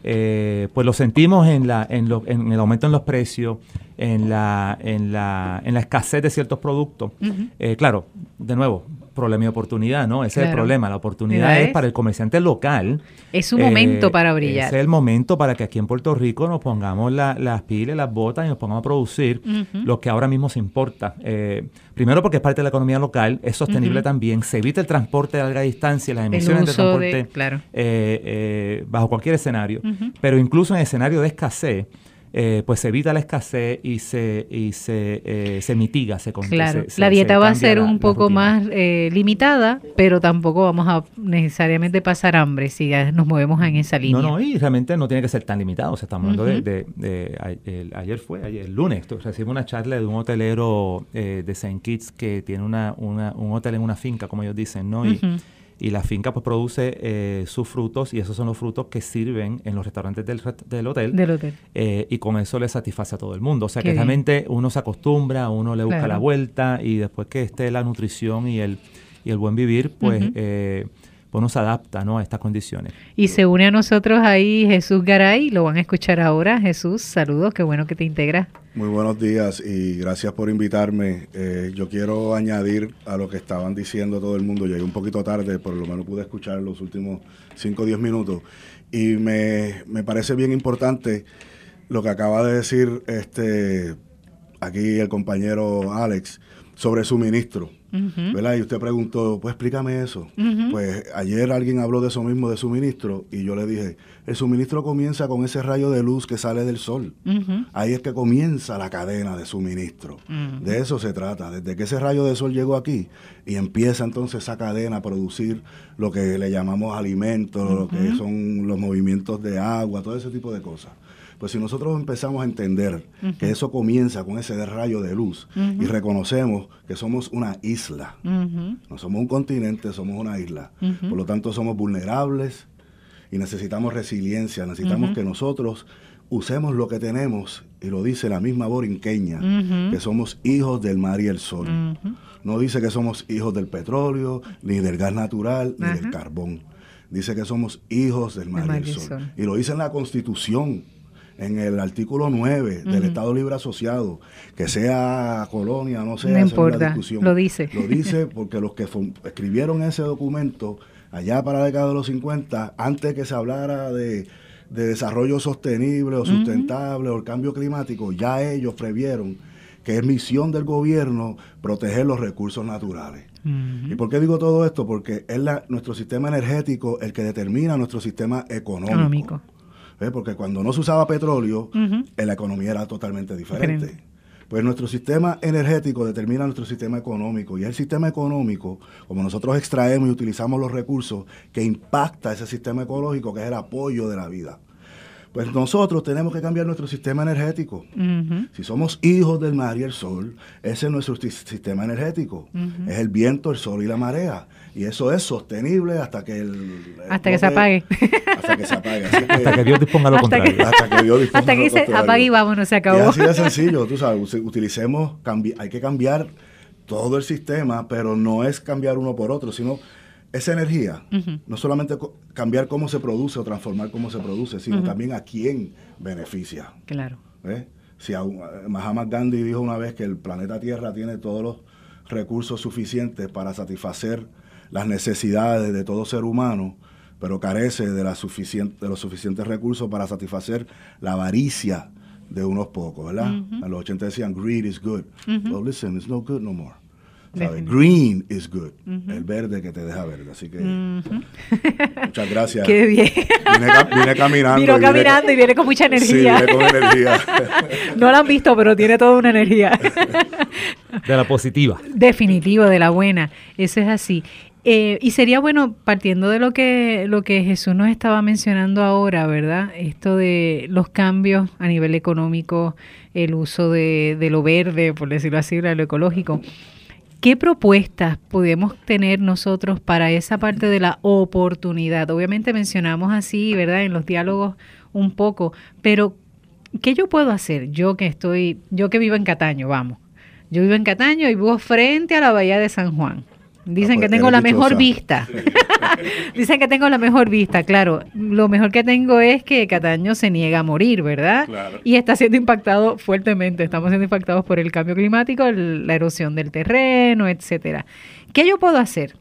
eh, pues lo sentimos en, la, en, lo, en el aumento en los precios, en la, en la, en la escasez de ciertos productos. Uh-huh. Eh, claro, de nuevo, problema y oportunidad, ¿no? Ese claro. es el problema. La oportunidad es, es para el comerciante local. Es un momento eh, para brillar. Ese es el momento para que aquí en Puerto Rico nos pongamos la, las pilas, las botas y nos pongamos a producir uh-huh. lo que ahora mismo se importa. Eh, primero porque es parte de la economía local, es sostenible uh-huh. también, se evita el transporte de larga distancia, las emisiones de transporte de, claro. eh, eh, bajo cualquier escenario. Uh-huh. Pero incluso en escenario de escasez, Eh, pues se evita la escasez y se y se, eh, se mitiga, se Claro, se, la dieta se va a ser la, un la poco rutina. más eh, limitada, pero tampoco vamos a necesariamente pasar hambre si ya nos movemos en esa línea. No, no, y realmente no tiene que ser tan limitado. O sea, estamos hablando uh-huh. de, de, de, de el, ayer fue, ayer, el lunes, recibimos una charla de un hotelero eh, de Saint Kitts que tiene una, una, un hotel en una finca, como ellos dicen, ¿no? Y, uh-huh. Y la finca pues produce eh, sus frutos y esos son los frutos que sirven en los restaurantes del, del hotel. Del hotel. Eh, y con eso le satisface a todo el mundo. O sea Qué que bien. realmente uno se acostumbra, uno le busca Claro. la vuelta y después que esté la nutrición y el, y el buen vivir, pues, uh-huh. eh, pues uno se adapta, ¿no? a estas condiciones. Y se une a nosotros ahí Jesús Garay, lo van a escuchar ahora. Jesús, saludos, qué bueno que te integras. Muy buenos días y gracias por invitarme. Eh, yo quiero añadir a lo que estaban diciendo todo el mundo. Llegué un poquito tarde, por lo menos pude escuchar los últimos cinco o diez minutos. Y me, me parece bien importante lo que acaba de decir este aquí el compañero Alex sobre suministro. Uh-huh. ¿Verdad? Y usted preguntó, pues explícame eso. Uh-huh. Pues ayer alguien habló de eso mismo, de suministro, y yo le dije, el suministro comienza con ese rayo de luz que sale del sol. Uh-huh. Ahí es que comienza la cadena de suministro. Uh-huh. De eso se trata, desde que ese rayo de sol llegó aquí, y empieza entonces esa cadena a producir lo que le llamamos alimentos, uh-huh. lo que son los movimientos de agua, todo ese tipo de cosas. Pues si nosotros empezamos a entender uh-huh. que eso comienza con ese rayo de luz uh-huh. y reconocemos que somos una isla, uh-huh. no somos un continente, somos una isla, uh-huh. por lo tanto somos vulnerables y necesitamos resiliencia, necesitamos uh-huh. que nosotros usemos lo que tenemos, y lo dice la misma borinqueña, uh-huh. que somos hijos del mar y el sol. Uh-huh. No dice que somos hijos del petróleo, ni del gas natural, ni uh-huh. del carbón. Dice que somos hijos del mar, el mar y el sol. sol. Y lo dice en la Constitución. En el artículo nueve uh-huh. del Estado Libre Asociado, que sea colonia, no sea, no importa, una discusión. Lo dice. Lo dice porque los que escribieron ese documento allá para la década de los cincuenta, antes que se hablara de, de desarrollo sostenible o sustentable uh-huh. o el cambio climático, ya ellos previeron que es misión del gobierno proteger los recursos naturales. Uh-huh. ¿Y por qué digo todo esto? Porque es la, nuestro sistema energético el que determina nuestro sistema económico. económico. ¿Eh? Porque cuando no se usaba petróleo, uh-huh. la economía era totalmente diferente. diferente. Pues nuestro sistema energético determina nuestro sistema económico, y es el sistema económico, como nosotros extraemos y utilizamos los recursos, que impacta ese sistema ecológico, que es el apoyo de la vida. Pues nosotros tenemos que cambiar nuestro sistema energético. Uh-huh. Si somos hijos del mar y el sol, ese es nuestro t- sistema energético. Uh-huh. Es el viento, el sol y la marea. Y eso es sostenible hasta que el... el hasta que se apague. Hasta que se apague. Así que, hasta que Dios disponga lo contrario. Que, hasta que Dios disponga hasta que lo dice, contrario. apague y vámonos, se acabó. Y así de sencillo, tú sabes, utilicemos, cambi- hay que cambiar todo el sistema, pero no es cambiar uno por otro, sino... esa energía, uh-huh. no solamente co- cambiar cómo se produce o transformar cómo se produce, sino uh-huh. también a quién beneficia. Claro. ¿Eh? Si a un, Mahatma Gandhi dijo una vez que el planeta Tierra tiene todos los recursos suficientes para satisfacer las necesidades de todo ser humano, pero carece de, la suficiente, de los suficientes recursos para satisfacer la avaricia de unos pocos, ¿verdad? Uh-huh. A los ochenta decían, greed is good. Uh-huh. Well, listen, it's no good no more. Green is good, uh-huh. el verde que te deja verde, así que uh-huh. muchas gracias. Qué bien. Vine, vine caminando. Vino y caminando vine, y viene con mucha energía. Sí, viene con energía. No la han visto, pero tiene toda una energía. De la positiva. Definitivo, de la buena. Eso es así. Eh, y sería bueno, partiendo de lo que, lo que Jesús nos estaba mencionando ahora, ¿verdad? Esto de los cambios a nivel económico, el uso de, de lo verde, por decirlo así, de lo ecológico. ¿Qué propuestas podemos tener nosotros para esa parte de la oportunidad? Obviamente mencionamos así, ¿verdad? En los diálogos un poco, pero ¿qué yo puedo hacer? Yo que estoy, yo que vivo en Cataño, vamos. Yo vivo en Cataño y vivo frente a la bahía de San Juan. Dicen ah, pues, que tengo la mejor vista. Sí. Dicen que tengo la mejor vista, claro. Lo mejor que tengo es que Cataño se niega a morir, ¿verdad? Claro. Y está siendo impactado fuertemente. Estamos siendo impactados por el cambio climático, el, la erosión del terreno, etcétera. ¿Qué yo puedo hacer?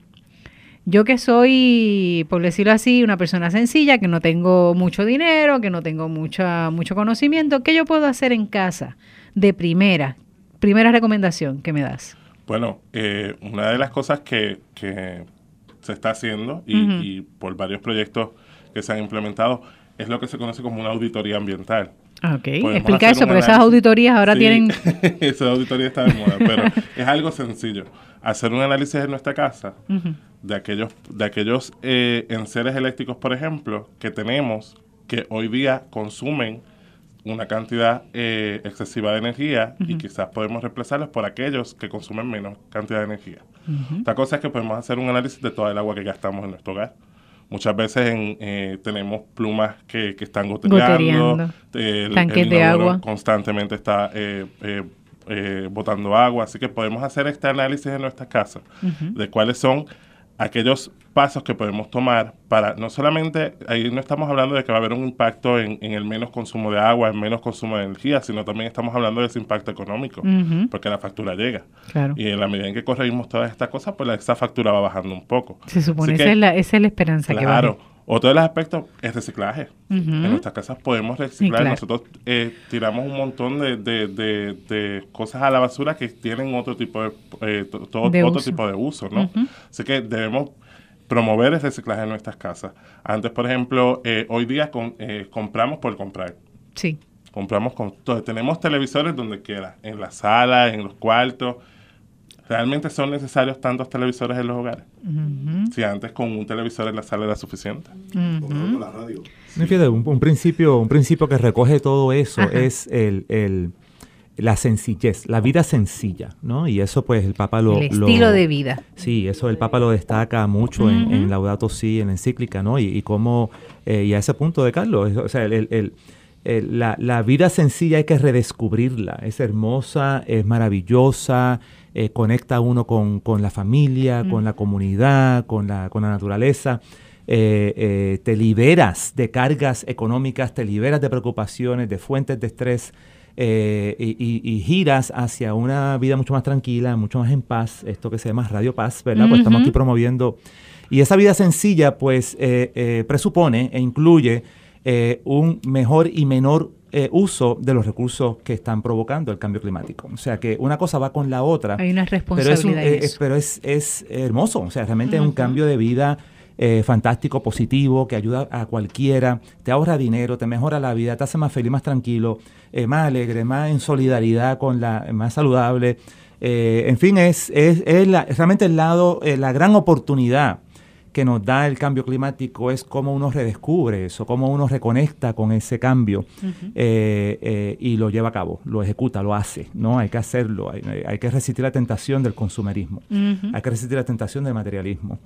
Yo que soy, por decirlo así, una persona sencilla, que no tengo mucho dinero, que no tengo mucha, mucho conocimiento, ¿qué yo puedo hacer en casa de primera? Primera recomendación que me das. Bueno, eh, una de las cosas que, que se está haciendo y, uh-huh. y por varios proyectos que se han implementado es lo que se conoce como una auditoría ambiental. Ok, explica eso, porque esas auditorías ahora sí, tienen... esa auditoría está de moda, pero es algo sencillo. Hacer un análisis en nuestra casa uh-huh. de aquellos, de aquellos eh, enseres eléctricos, por ejemplo, que tenemos que hoy día consumen una cantidad eh, excesiva de energía uh-huh. y quizás podemos reemplazarlos por aquellos que consumen menos cantidad de energía. Uh-huh. Otra cosa es que podemos hacer un análisis de toda el agua que gastamos en nuestro hogar. Muchas veces en, eh, tenemos plumas que, que están goteando, eh, tanques el de agua constantemente está eh, eh, eh, botando agua, así que podemos hacer este análisis en nuestra casa uh-huh. de cuáles son aquellos pasos que podemos tomar para, no solamente, ahí no estamos hablando de que va a haber un impacto en, en el menos consumo de agua, en menos consumo de energía, sino también estamos hablando de ese impacto económico, uh-huh. porque la factura llega. Claro. Y en la medida en que corregimos todas estas cosas, pues la, esa factura va bajando un poco. Se supone, esa, que, es la, esa es la esperanza claro, que baje. Claro. Otro de los aspectos es reciclaje. Uh-huh. En nuestras casas podemos reciclar. Claro. Nosotros eh, tiramos un montón de, de, de, de cosas a la basura que tienen otro tipo de, eh, to, to, de otro uso. tipo de uso, ¿no? Uh-huh. Así que debemos promover el reciclaje en nuestras casas. Antes, por ejemplo, eh, hoy día con, eh, compramos por comprar. Sí. Compramos con todo. Tenemos televisores donde quiera, en la sala, en los cuartos. ¿Realmente son necesarios tantos televisores en los hogares? Uh-huh. Si antes con un televisor en la sala era suficiente. Uh-huh. La radio. Sí. Fíjate, un, un principio, un principio que recoge todo eso Ajá. es el, el la sencillez, la vida sencilla, ¿no? Y eso pues el Papa lo... El estilo lo, de vida. Sí, eso el Papa lo destaca mucho uh-huh. en, en Laudato Si, en la encíclica, ¿no? Y, y cómo, eh, y a ese punto de Carlos, o sea, el, el, el, el, la, la vida sencilla hay que redescubrirla, es hermosa, es maravillosa, eh, conecta a uno con, con la familia, uh-huh. con la comunidad, con la, con la naturaleza. Eh, eh, te liberas de cargas económicas, te liberas de preocupaciones, de fuentes de estrés, Eh, y, y, y giras hacia una vida mucho más tranquila, mucho más en paz, esto que se llama Radio Paz, ¿verdad? Uh-huh. Pues estamos aquí promoviendo. Y esa vida sencilla, pues, eh, eh, presupone e incluye eh, un mejor y menor eh, uso de los recursos que están provocando el cambio climático. O sea, que una cosa va con la otra. Hay una responsabilidad. Pero es, un, eh, pero es, es hermoso, o sea, realmente uh-huh. es un cambio de vida Eh, fantástico, positivo, que ayuda a cualquiera, te ahorra dinero, te mejora la vida, te hace más feliz, más tranquilo, eh, más alegre, más en solidaridad con la, más saludable. Eh, en fin, es, es, es la, realmente el lado, eh, la gran oportunidad que nos da el cambio climático es cómo uno redescubre eso, cómo uno reconecta con ese cambio uh-huh. eh, eh, y lo lleva a cabo, lo ejecuta, lo hace, ¿no? Hay que hacerlo, hay, hay que resistir la tentación del consumerismo, uh-huh. hay que resistir la tentación del materialismo.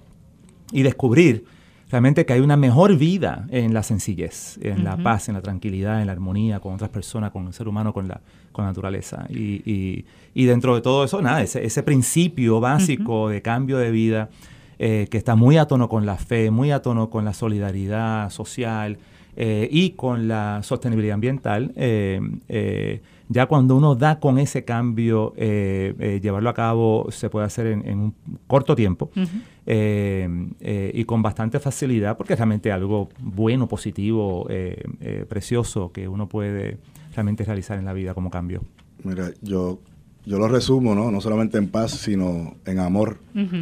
Y descubrir realmente que hay una mejor vida en la sencillez, en uh-huh. la paz, en la tranquilidad, en la armonía con otras personas, con el ser humano, con la, con la naturaleza. Y, y, y dentro de todo eso, nada, ese, ese principio básico uh-huh. de cambio de vida eh, que está muy a tono con la fe, muy a tono con la solidaridad social eh, y con la sostenibilidad ambiental, eh, eh, ya cuando uno da con ese cambio, eh, eh, llevarlo a cabo se puede hacer en, en un corto tiempo uh-huh. eh, eh, y con bastante facilidad, porque es realmente algo bueno, positivo, eh, eh, precioso que uno puede realmente realizar en la vida como cambio. Mira, yo, yo lo resumo, ¿no? No solamente en paz, sino en amor. Uh-huh.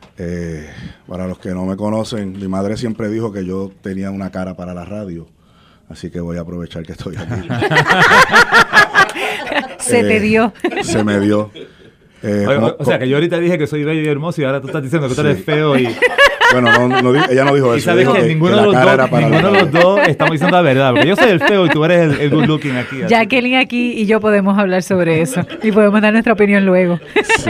Eh, para los que no me conocen, mi madre siempre dijo que yo tenía una cara para la radio, así que voy a aprovechar que estoy aquí. Se eh, te dio. Se me dio. Eh, o, como, o, o sea, que yo ahorita dije que soy bello y hermoso y ahora tú estás diciendo que tú eres sí. feo y... Bueno, no, no, ella no dijo eso. Y sabes que, que ninguno, que de, los dos, ninguno de los dos estamos diciendo la verdad, porque yo soy el feo y tú eres el, el good looking aquí. Así. Jacqueline aquí y yo podemos hablar sobre eso y podemos dar nuestra opinión luego. Sí,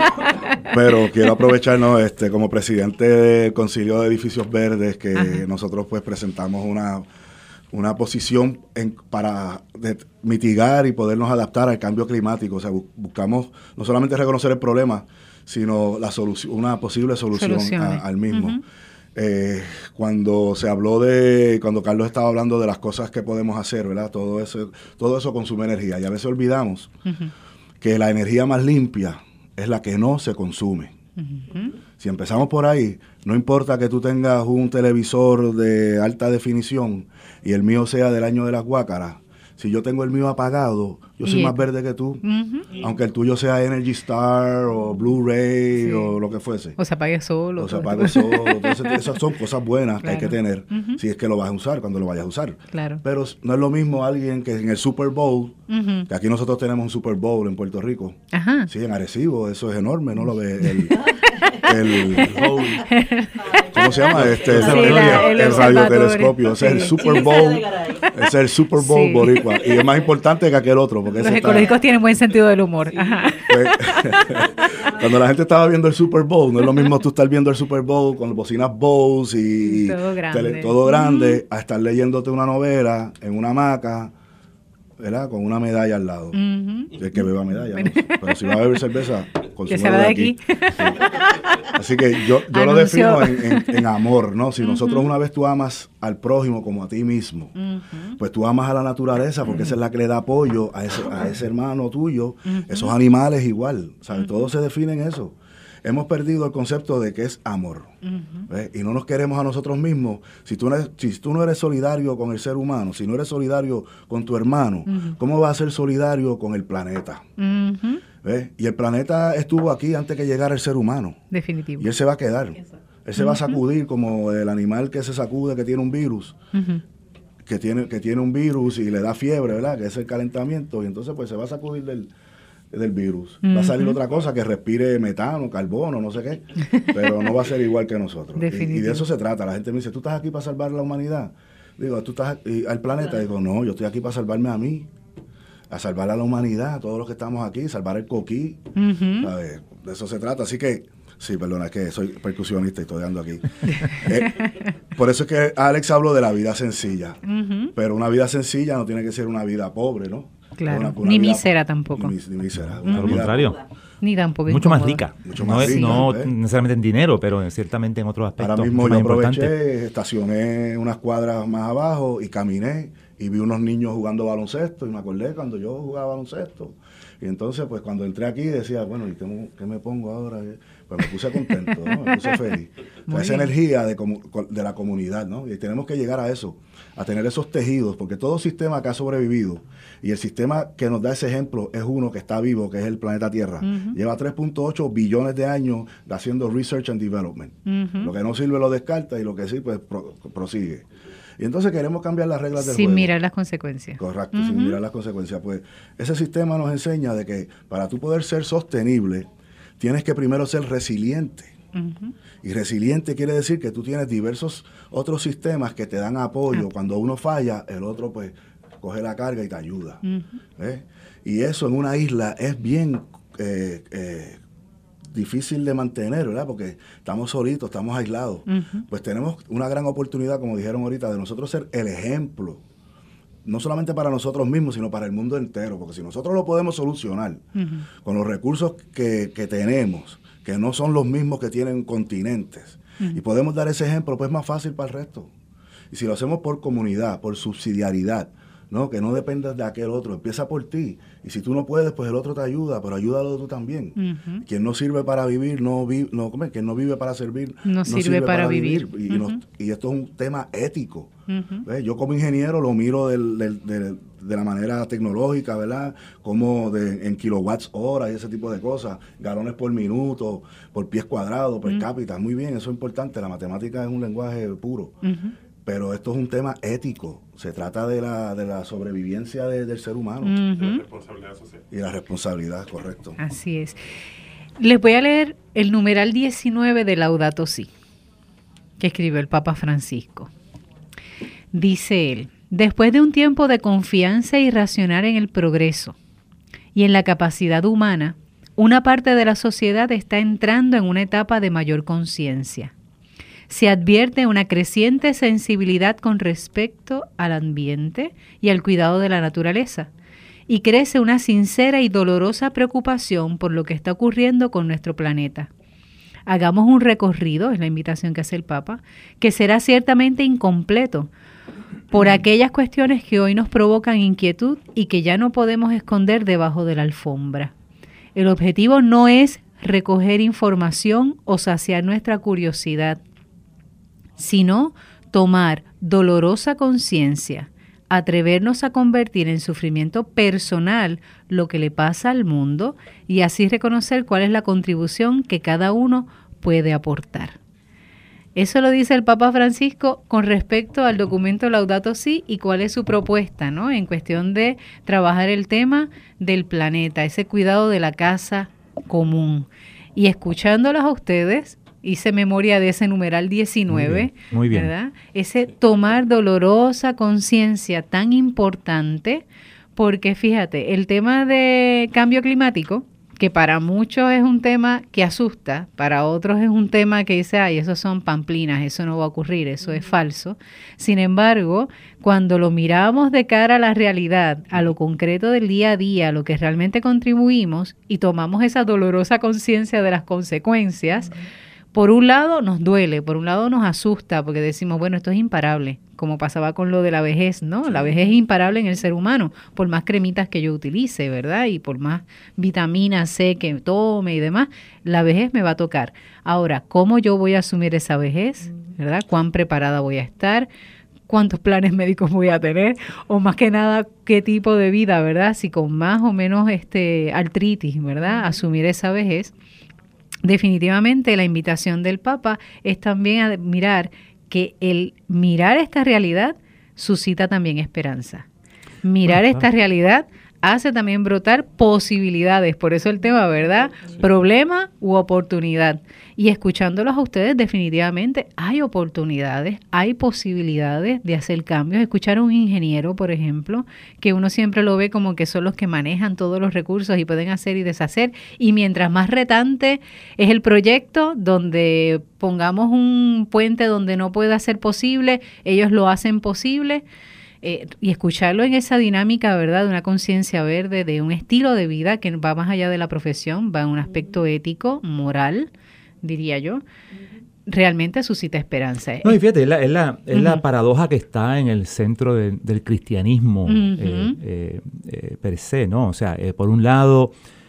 pero quiero aprovecharnos este, como presidente del Concilio de Edificios Verdes, que Ajá. nosotros pues presentamos una, una posición en, para de, mitigar y podernos adaptar al cambio climático. O sea, bu buscamos no solamente reconocer el problema, sino la solución, una posible solución a, al mismo. Uh-huh. eh, cuando se habló de, cuando Carlos estaba hablando de las cosas que podemos hacer, ¿verdad? Todo eso, todo eso consume energía y a veces olvidamos uh-huh. que la energía más limpia es la que no se consume. Uh-huh. Si empezamos por ahí, no importa que tú tengas un televisor de alta definición y el mío sea del año de las guácaras, si yo tengo el mío apagado, yo soy yeah. más verde que tú, uh-huh. aunque el tuyo sea Energy Star o Blu-ray sí. o lo que fuese. O se apague solo. O se apague solo. Entonces, esas son cosas buenas claro. que hay que tener, uh-huh. si es que lo vas a usar, cuando lo vayas a usar. Claro. Pero no es lo mismo alguien que en el Super Bowl, uh-huh. que aquí nosotros tenemos un Super Bowl en Puerto Rico. Ajá. Sí, en Arecibo, eso es enorme, ¿no? Lo ve el... el ¿Cómo se llama? Este, sí, el, la, el, el radiotelescopio. Ese sí. es el Super Bowl. Ese es el Super Bowl sí. boricua. Y es más importante que aquel otro. Porque los ese ecológicos está, tienen buen sentido del humor. Sí. Ajá. Pues, cuando la gente estaba viendo el Super Bowl, no es lo mismo tú estar viendo el Super Bowl con bocinas Bose y todo grande, tele, todo grande mm. a estar leyéndote una novela en una hamaca, ¿verdad? Con una medalla al lado. Uh-huh. El que beba medalla, ¿no? Pero si va a beber cerveza, consúmelo de aquí. aquí. Sí. Así que yo, yo lo defino en, en, en amor, ¿no? Si uh-huh. nosotros una vez tú amas al prójimo como a ti mismo, uh-huh. pues tú amas a la naturaleza porque uh-huh. esa es la que le da apoyo a ese, a ese hermano tuyo, uh-huh. esos animales igual, ¿sabes? Uh-huh. Todo se define en eso. Hemos perdido el concepto de que es amor. Uh-huh. ¿eh? Y no nos queremos a nosotros mismos. Si tú, no eres, si tú no eres solidario con el ser humano, si no eres solidario con tu hermano, uh-huh. ¿cómo vas a ser solidario con el planeta? Uh-huh. ¿eh? Y el planeta estuvo aquí antes que llegara el ser humano. Definitivo. Y él se va a quedar. Eso. Él se uh-huh. va a sacudir como el animal que se sacude, que tiene un virus. Uh-huh. que tiene, que tiene un virus y le da fiebre, ¿verdad? Que es el calentamiento. Y entonces pues se va a sacudir del... del virus. Uh-huh. Va a salir otra cosa que respire metano, carbono, no sé qué, pero no va a ser igual que nosotros. Y, y de eso se trata. La gente me dice, ¿tú estás aquí para salvar la humanidad? Digo, ¿tú estás aquí, al planeta? Digo, no, yo estoy aquí para salvarme a mí, a salvar a la humanidad, todos los que estamos aquí, salvar el coquí. Uh-huh. ¿Sabes? De eso se trata. Así que, sí, perdona, es que soy percusionista y estoy dando aquí. eh, por eso es que Alex habló de la vida sencilla. Uh-huh. Pero una vida sencilla no tiene que ser una vida pobre, ¿no? Claro, una, una ni vida, mísera tampoco. Ni, ni mísera. Al contrario. Ni tampoco mucho incómoda. más rica. Mucho más no rica, no ¿eh? necesariamente en dinero, pero ciertamente en otros aspectos. Ahora mismo yo aproveché, importante. estacioné unas cuadras más abajo y caminé y vi unos niños jugando baloncesto y me acordé cuando yo jugaba baloncesto. Y entonces, pues cuando entré aquí decía, bueno, ¿y qué, qué me pongo ahora? Pues me puse contento, ¿no? Me puse feliz. O sea, esa energía de, de la comunidad, ¿no? Y tenemos que llegar a eso, a tener esos tejidos, porque todo sistema que ha sobrevivido, y el sistema que nos da ese ejemplo es uno que está vivo, que es el planeta Tierra. Uh-huh. Lleva tres punto ocho billones de años haciendo research and development. Uh-huh. Lo que no sirve lo descarta y lo que sí, pues pro, prosigue. Y entonces queremos cambiar las reglas del sin juego. Sin mirar las consecuencias. Correcto, uh-huh. sin mirar las consecuencias. Pues ese sistema nos enseña de que para tú poder ser sostenible, tienes que primero ser resiliente. Uh-huh. Y resiliente quiere decir que tú tienes diversos otros sistemas que te dan apoyo. Uh-huh. Cuando uno falla, el otro pues coge la carga y te ayuda. Uh-huh. ¿eh? Y eso en una isla es bien eh, eh, difícil de mantener, ¿verdad? Porque estamos solitos, estamos aislados. Uh-huh. Pues tenemos una gran oportunidad, como dijeron ahorita, de nosotros ser el ejemplo. No solamente para nosotros mismos, sino para el mundo entero. Porque si nosotros lo podemos solucionar uh-huh. con los recursos que, que tenemos, que no son los mismos que tienen continentes, uh-huh. y podemos dar ese ejemplo, pues es más fácil para el resto. Y si lo hacemos por comunidad, por subsidiariedad, ¿no? Que no dependas de aquel otro, empieza por ti. Y si tú no puedes, pues el otro te ayuda, pero ayúdalo tú también. Uh-huh. Quien no sirve para vivir, no vive, no, ¿cómo es? Quien no vive para servir, no, no sirve, sirve para, para vivir. vivir. Y, uh-huh. nos, y esto es un tema ético. Uh-huh. ¿ves? Yo como ingeniero lo miro del, del, del, de la manera tecnológica, ¿verdad? Como de, en kilowatts hora y ese tipo de cosas, galones por minuto, por pies cuadrados, per uh-huh. cápita. Muy bien, eso es importante. La matemática es un lenguaje puro. Uh-huh. Pero esto es un tema ético. Se trata de la, de la sobrevivencia de, del ser humano. Uh-huh. Y la responsabilidad social. Y la responsabilidad, correcto. Así es. Les voy a leer el numeral diecinueve de Laudato Si, que escribió el Papa Francisco. Dice él: después de un tiempo de confianza irracional en el progreso y en la capacidad humana, una parte de la sociedad está entrando en una etapa de mayor conciencia. Se advierte una creciente sensibilidad con respecto al ambiente y al cuidado de la naturaleza, y crece una sincera y dolorosa preocupación por lo que está ocurriendo con nuestro planeta. Hagamos un recorrido, es la invitación que hace el Papa, que será ciertamente incompleto por aquellas cuestiones que hoy nos provocan inquietud y que ya no podemos esconder debajo de la alfombra. El objetivo no es recoger información o saciar nuestra curiosidad, sino tomar dolorosa conciencia, atrevernos a convertir en sufrimiento personal lo que le pasa al mundo y así reconocer cuál es la contribución que cada uno puede aportar. Eso lo dice el Papa Francisco con respecto al documento Laudato Si y cuál es su propuesta, ¿no? En cuestión de trabajar el tema del planeta, ese cuidado de la casa común. Y escuchándolas a ustedes, hice memoria de ese numeral diecinueve, muy bien, muy bien. ¿Verdad? Ese tomar dolorosa conciencia tan importante, porque fíjate, el tema de cambio climático, que para muchos es un tema que asusta, para otros es un tema que dice, ay, eso son pamplinas, eso no va a ocurrir, eso es falso. Sin embargo, cuando lo miramos de cara a la realidad, a lo concreto del día a día, a lo que realmente contribuimos y tomamos esa dolorosa conciencia de las consecuencias, por un lado nos duele, por un lado nos asusta, porque decimos, bueno, esto es imparable, como pasaba con lo de la vejez, ¿no? La vejez es imparable en el ser humano, por más cremitas que yo utilice, ¿verdad? Y por más vitamina C que tome y demás, la vejez me va a tocar. Ahora, ¿cómo yo voy a asumir esa vejez? ¿Verdad? ¿Cuán preparada voy a estar? ¿Cuántos planes médicos voy a tener? O más que nada, ¿qué tipo de vida, verdad? Si con más o menos este artritis, ¿verdad? Asumir esa vejez. Definitivamente la invitación del Papa es también a mirar que el mirar esta realidad suscita también esperanza. Mirar esta realidad hace también brotar posibilidades. Por eso el tema, ¿verdad? Sí. Problema u oportunidad. Y escuchándolos a ustedes, definitivamente hay oportunidades, hay posibilidades de hacer cambios. Escuchar a un ingeniero, por ejemplo, que uno siempre lo ve como que son los que manejan todos los recursos y pueden hacer y deshacer. Y mientras más retante es el proyecto, donde pongamos un puente donde no pueda ser posible, ellos lo hacen posible. Eh, y escucharlo en esa dinámica, ¿verdad?, de una conciencia verde, de un estilo de vida que va más allá de la profesión, va en un aspecto ético, moral, diría yo, realmente suscita esperanza. No, y fíjate, es la, es la, es uh-huh. la paradoja que está en el centro de, del cristianismo uh-huh. eh, eh, eh, per se, ¿no? O sea, eh, por un lado,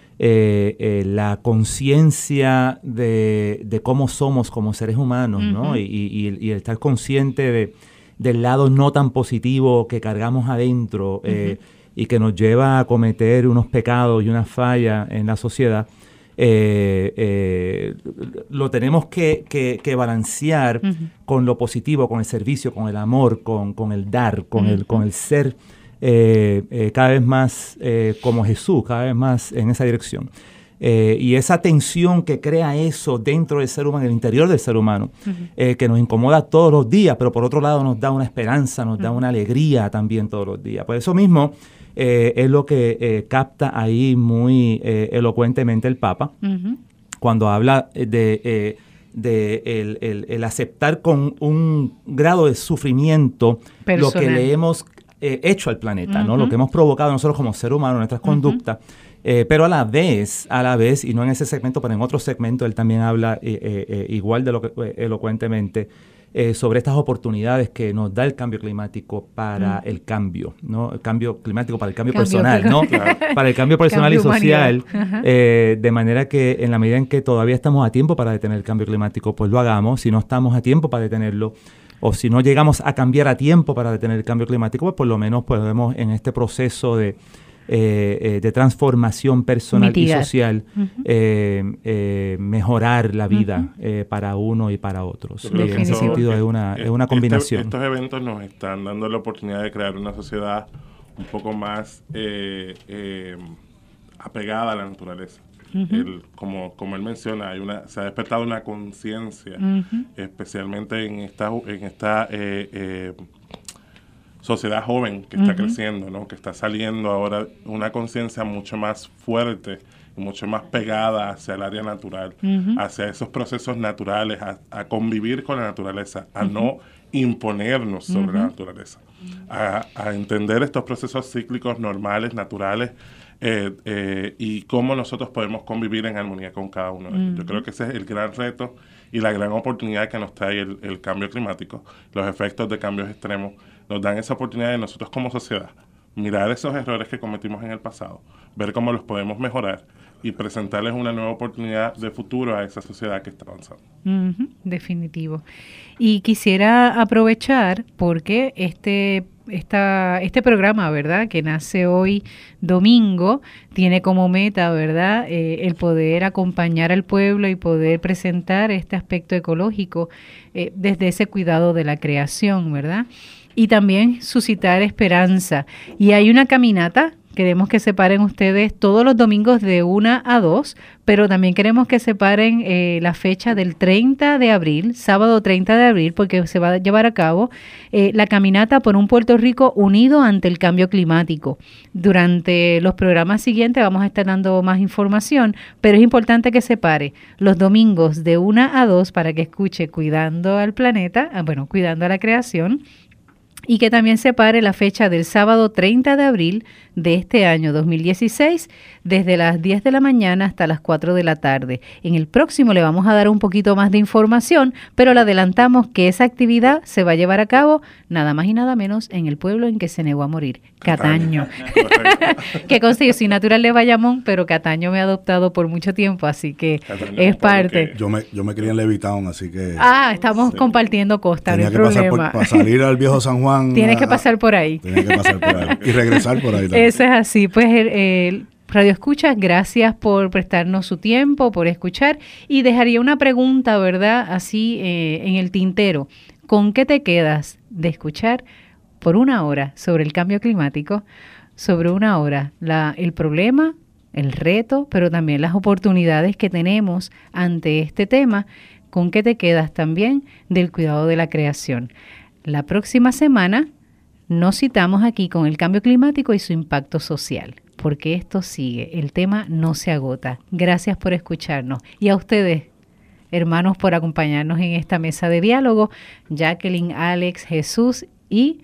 eh, eh, la conciencia de, de cómo somos como seres humanos, uh-huh. ¿no? Y, y, y el estar consciente de del lado no tan positivo que cargamos adentro eh, uh-huh. y que nos lleva a cometer unos pecados y unas fallas en la sociedad, eh, eh, lo tenemos que, que, que balancear uh-huh. con lo positivo, con el servicio, con el amor, con, con el dar, con, uh-huh. el, con el ser eh, eh, cada vez más eh, como Jesús, cada vez más en esa dirección. Eh, y esa tensión que crea eso dentro del ser humano, en el interior del ser humano, uh-huh. eh, que nos incomoda todos los días, pero por otro lado nos da una esperanza, nos uh-huh. da una alegría también todos los días. Por eso mismo eh, es lo que eh, capta ahí muy eh, elocuentemente el Papa, uh-huh. cuando habla de, eh, de el, el, el aceptar con un grado de sufrimiento personal lo que le hemos eh, hecho al planeta, uh-huh. ¿no? Lo que hemos provocado nosotros como ser humano, nuestras uh-huh. conductas. Eh, pero a la vez, a la vez, y no en ese segmento, pero en otro segmento, él también habla eh, eh, igual de lo que, eh, elocuentemente eh, sobre estas oportunidades que nos da el cambio climático para mm. el cambio, ¿no? El cambio climático para el cambio, cambio personal, ¿no? Claro. Para el cambio personal cambio y social, eh, de manera que en la medida en que todavía estamos a tiempo para detener el cambio climático, pues lo hagamos. Si no estamos a tiempo para detenerlo, o si no llegamos a cambiar a tiempo para detener el cambio climático, pues por lo menos podemos en este proceso de Eh, eh, de transformación personal Mitigar. y social, uh-huh. eh, eh, mejorar la vida uh-huh. eh, para uno y para otros. Eh, en ese sentido es una, es una combinación. Este, estos eventos nos están dando la oportunidad de crear una sociedad un poco más eh, eh, apegada a la naturaleza. Uh-huh. el, como, como él menciona, hay una, se ha despertado una conciencia, uh-huh. especialmente en esta, en esta eh, eh, sociedad joven que está uh-huh. creciendo, ¿no? Que está saliendo ahora una conciencia mucho más fuerte, mucho más pegada hacia el área natural, uh-huh. hacia esos procesos naturales, a, a convivir con la naturaleza, a uh-huh. no imponernos sobre uh-huh. la naturaleza, a, a entender estos procesos cíclicos normales, naturales, eh, eh, y cómo nosotros podemos convivir en armonía con cada uno de ellos. Uh-huh. Yo creo que ese es el gran reto y la gran oportunidad que nos trae el, el cambio climático. Los efectos de cambios extremos nos dan esa oportunidad de nosotros como sociedad mirar esos errores que cometimos en el pasado, ver cómo los podemos mejorar y presentarles una nueva oportunidad de futuro a esa sociedad que está avanzando. Uh-huh, definitivo. Y quisiera aprovechar porque este, esta, este programa, ¿verdad?, que nace hoy domingo, tiene como meta, ¿verdad?, eh, el poder acompañar al pueblo y poder presentar este aspecto ecológico eh, desde ese cuidado de la creación, ¿verdad?, y también suscitar esperanza. Y hay una caminata, queremos que se paren ustedes todos los domingos de una a dos, pero también queremos que se paren eh, la fecha del treinta de abril, sábado treinta de abril, porque se va a llevar a cabo eh, la caminata por un Puerto Rico unido ante el cambio climático. Durante los programas siguientes vamos a estar dando más información, pero es importante que se pare los domingos de una a dos para que escuche Cuidando al Planeta, ah, bueno, Cuidando a la Creación, y que también se pare la fecha del sábado treinta de abril de este año dos mil dieciséis, desde las diez de la mañana hasta las cuatro de la tarde. En el próximo le vamos a dar un poquito más de información, pero le adelantamos que esa actividad se va a llevar a cabo nada más y nada menos en el pueblo en que se negó a morir, Cataño. Que conste, yo soy natural de Bayamón, pero Cataño me ha adoptado por mucho tiempo, así que Cataño, es parte. Yo me, yo me crié en Levitown, así que... Ah, estamos sí. compartiendo costa, Tenía no hay que problema. Pasar por, para salir al viejo San Juan... Tienes a, que pasar por ahí. Tienes que pasar por ahí y regresar por ahí también. Eso es así. Pues el, el Radio Escuchas, gracias por prestarnos su tiempo, por escuchar. Y dejaría una pregunta, ¿verdad?, así eh, en el tintero. ¿Con qué te quedas de escuchar por una hora sobre el cambio climático? Sobre una hora, la, el problema, el reto, pero también las oportunidades que tenemos ante este tema. ¿Con qué te quedas también del cuidado de la creación? La próxima semana nos citamos aquí con el cambio climático y su impacto social, porque esto sigue, el tema no se agota. Gracias por escucharnos y a ustedes, hermanos, por acompañarnos en esta mesa de diálogo. Jacqueline, Alex, Jesús y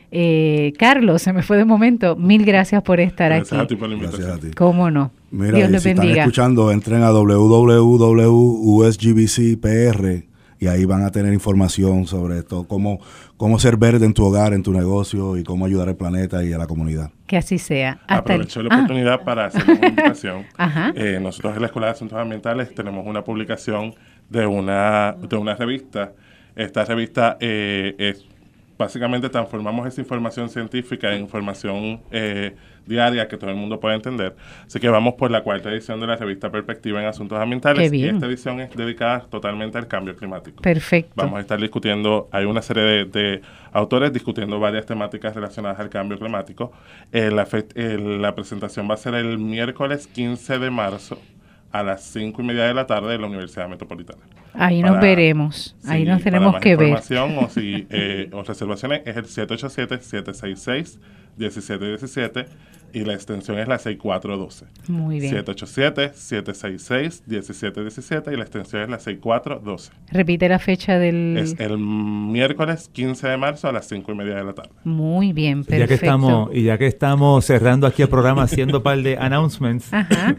eh, Carlos, se me fue de momento. Mil gracias por estar gracias aquí. A ti por la invitación. Gracias a ti. ¿Cómo no? Mira, Dios les si bendiga. Están escuchando, entren a w w w punto u s g b c punto p r y ahí van a tener información sobre esto, cómo, cómo ser verde en tu hogar, en tu negocio y cómo ayudar al planeta y a la comunidad. Que así sea. Hasta Aprovecho el... la oportunidad ah. para hacer una invitación. Ajá. Eh, nosotros en la Escuela de Asuntos Ambientales tenemos una publicación de una, de una revista. Esta revista eh, es básicamente transformamos esa información científica en información eh, diaria que todo el mundo pueda entender. Así que vamos por la cuarta edición de la revista Perspectiva en Asuntos Ambientales. Y esta edición es dedicada totalmente al cambio climático. Perfecto. Vamos a estar discutiendo, hay una serie de, de autores discutiendo varias temáticas relacionadas al cambio climático. Eh, la, fe, eh, la presentación va a ser el miércoles quince de marzo a las cinco y media de la tarde en la Universidad Metropolitana. Ahí para, nos veremos, ahí sí, nos tenemos para más que ver. Información o, si, eh, o reservaciones es el siete ocho siete, siete seis seis, uno siete uno siete y la extensión es la seis cuatro uno dos. Muy bien. siete ocho siete, siete seis seis, uno siete uno siete y la extensión es la seis cuatro uno dos. Repite la fecha del... Es el miércoles quince de marzo a las cinco y media de la tarde. Muy bien, perfecto. Ya que estamos, y ya que estamos cerrando aquí el programa haciendo un par de announcements. Ajá.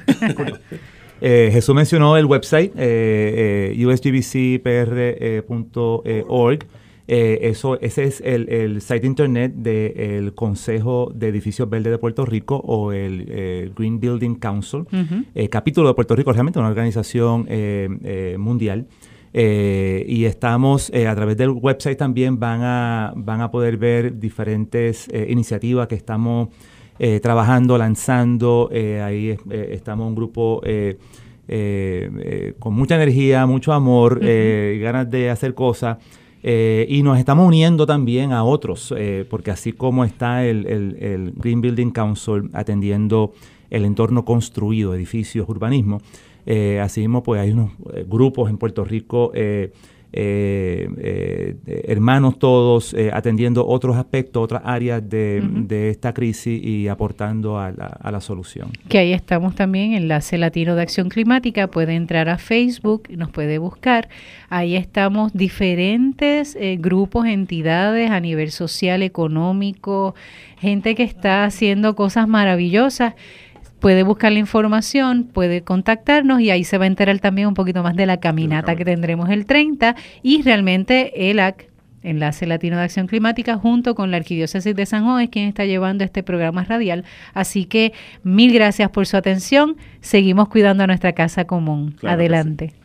Eh, Jesús mencionó el website eh, eh, u s g b c p r punto org. Eh, eso, ese es el, el site de internet del Consejo de Edificios Verdes de Puerto Rico o el eh, Green Building Council, uh-huh. eh, capítulo de Puerto Rico, realmente una organización eh, eh, mundial. Eh, y estamos eh, a través del website también van a, van a poder ver diferentes eh, iniciativas que estamos Eh, trabajando, lanzando, eh, ahí eh, estamos un grupo eh, eh, eh, con mucha energía, mucho amor, uh-huh. eh, ganas de hacer cosas eh, y nos estamos uniendo también a otros, eh, porque así como está el, el, el Green Building Council atendiendo el entorno construido, edificios, urbanismo. Eh, así mismo, pues hay unos eh, grupos en Puerto Rico, eh, eh, eh, hermanos todos, eh, atendiendo otros aspectos, otras áreas de, uh-huh. de esta crisis y aportando a la, a la solución. Que ahí estamos también, Enlace Latino de Acción Climática, puede entrar a Facebook, nos puede buscar, ahí estamos diferentes eh, grupos, entidades a nivel social, económico, gente que está haciendo cosas maravillosas. Puede buscar la información, puede contactarnos y ahí se va a enterar también un poquito más de la caminata que tendremos el treinta y realmente E L A C, Enlace Latino de Acción Climática, junto con la Arquidiócesis de San Juan es quien está llevando este programa radial. Así que mil gracias por su atención. Seguimos cuidando a nuestra casa común. Claro. Adelante.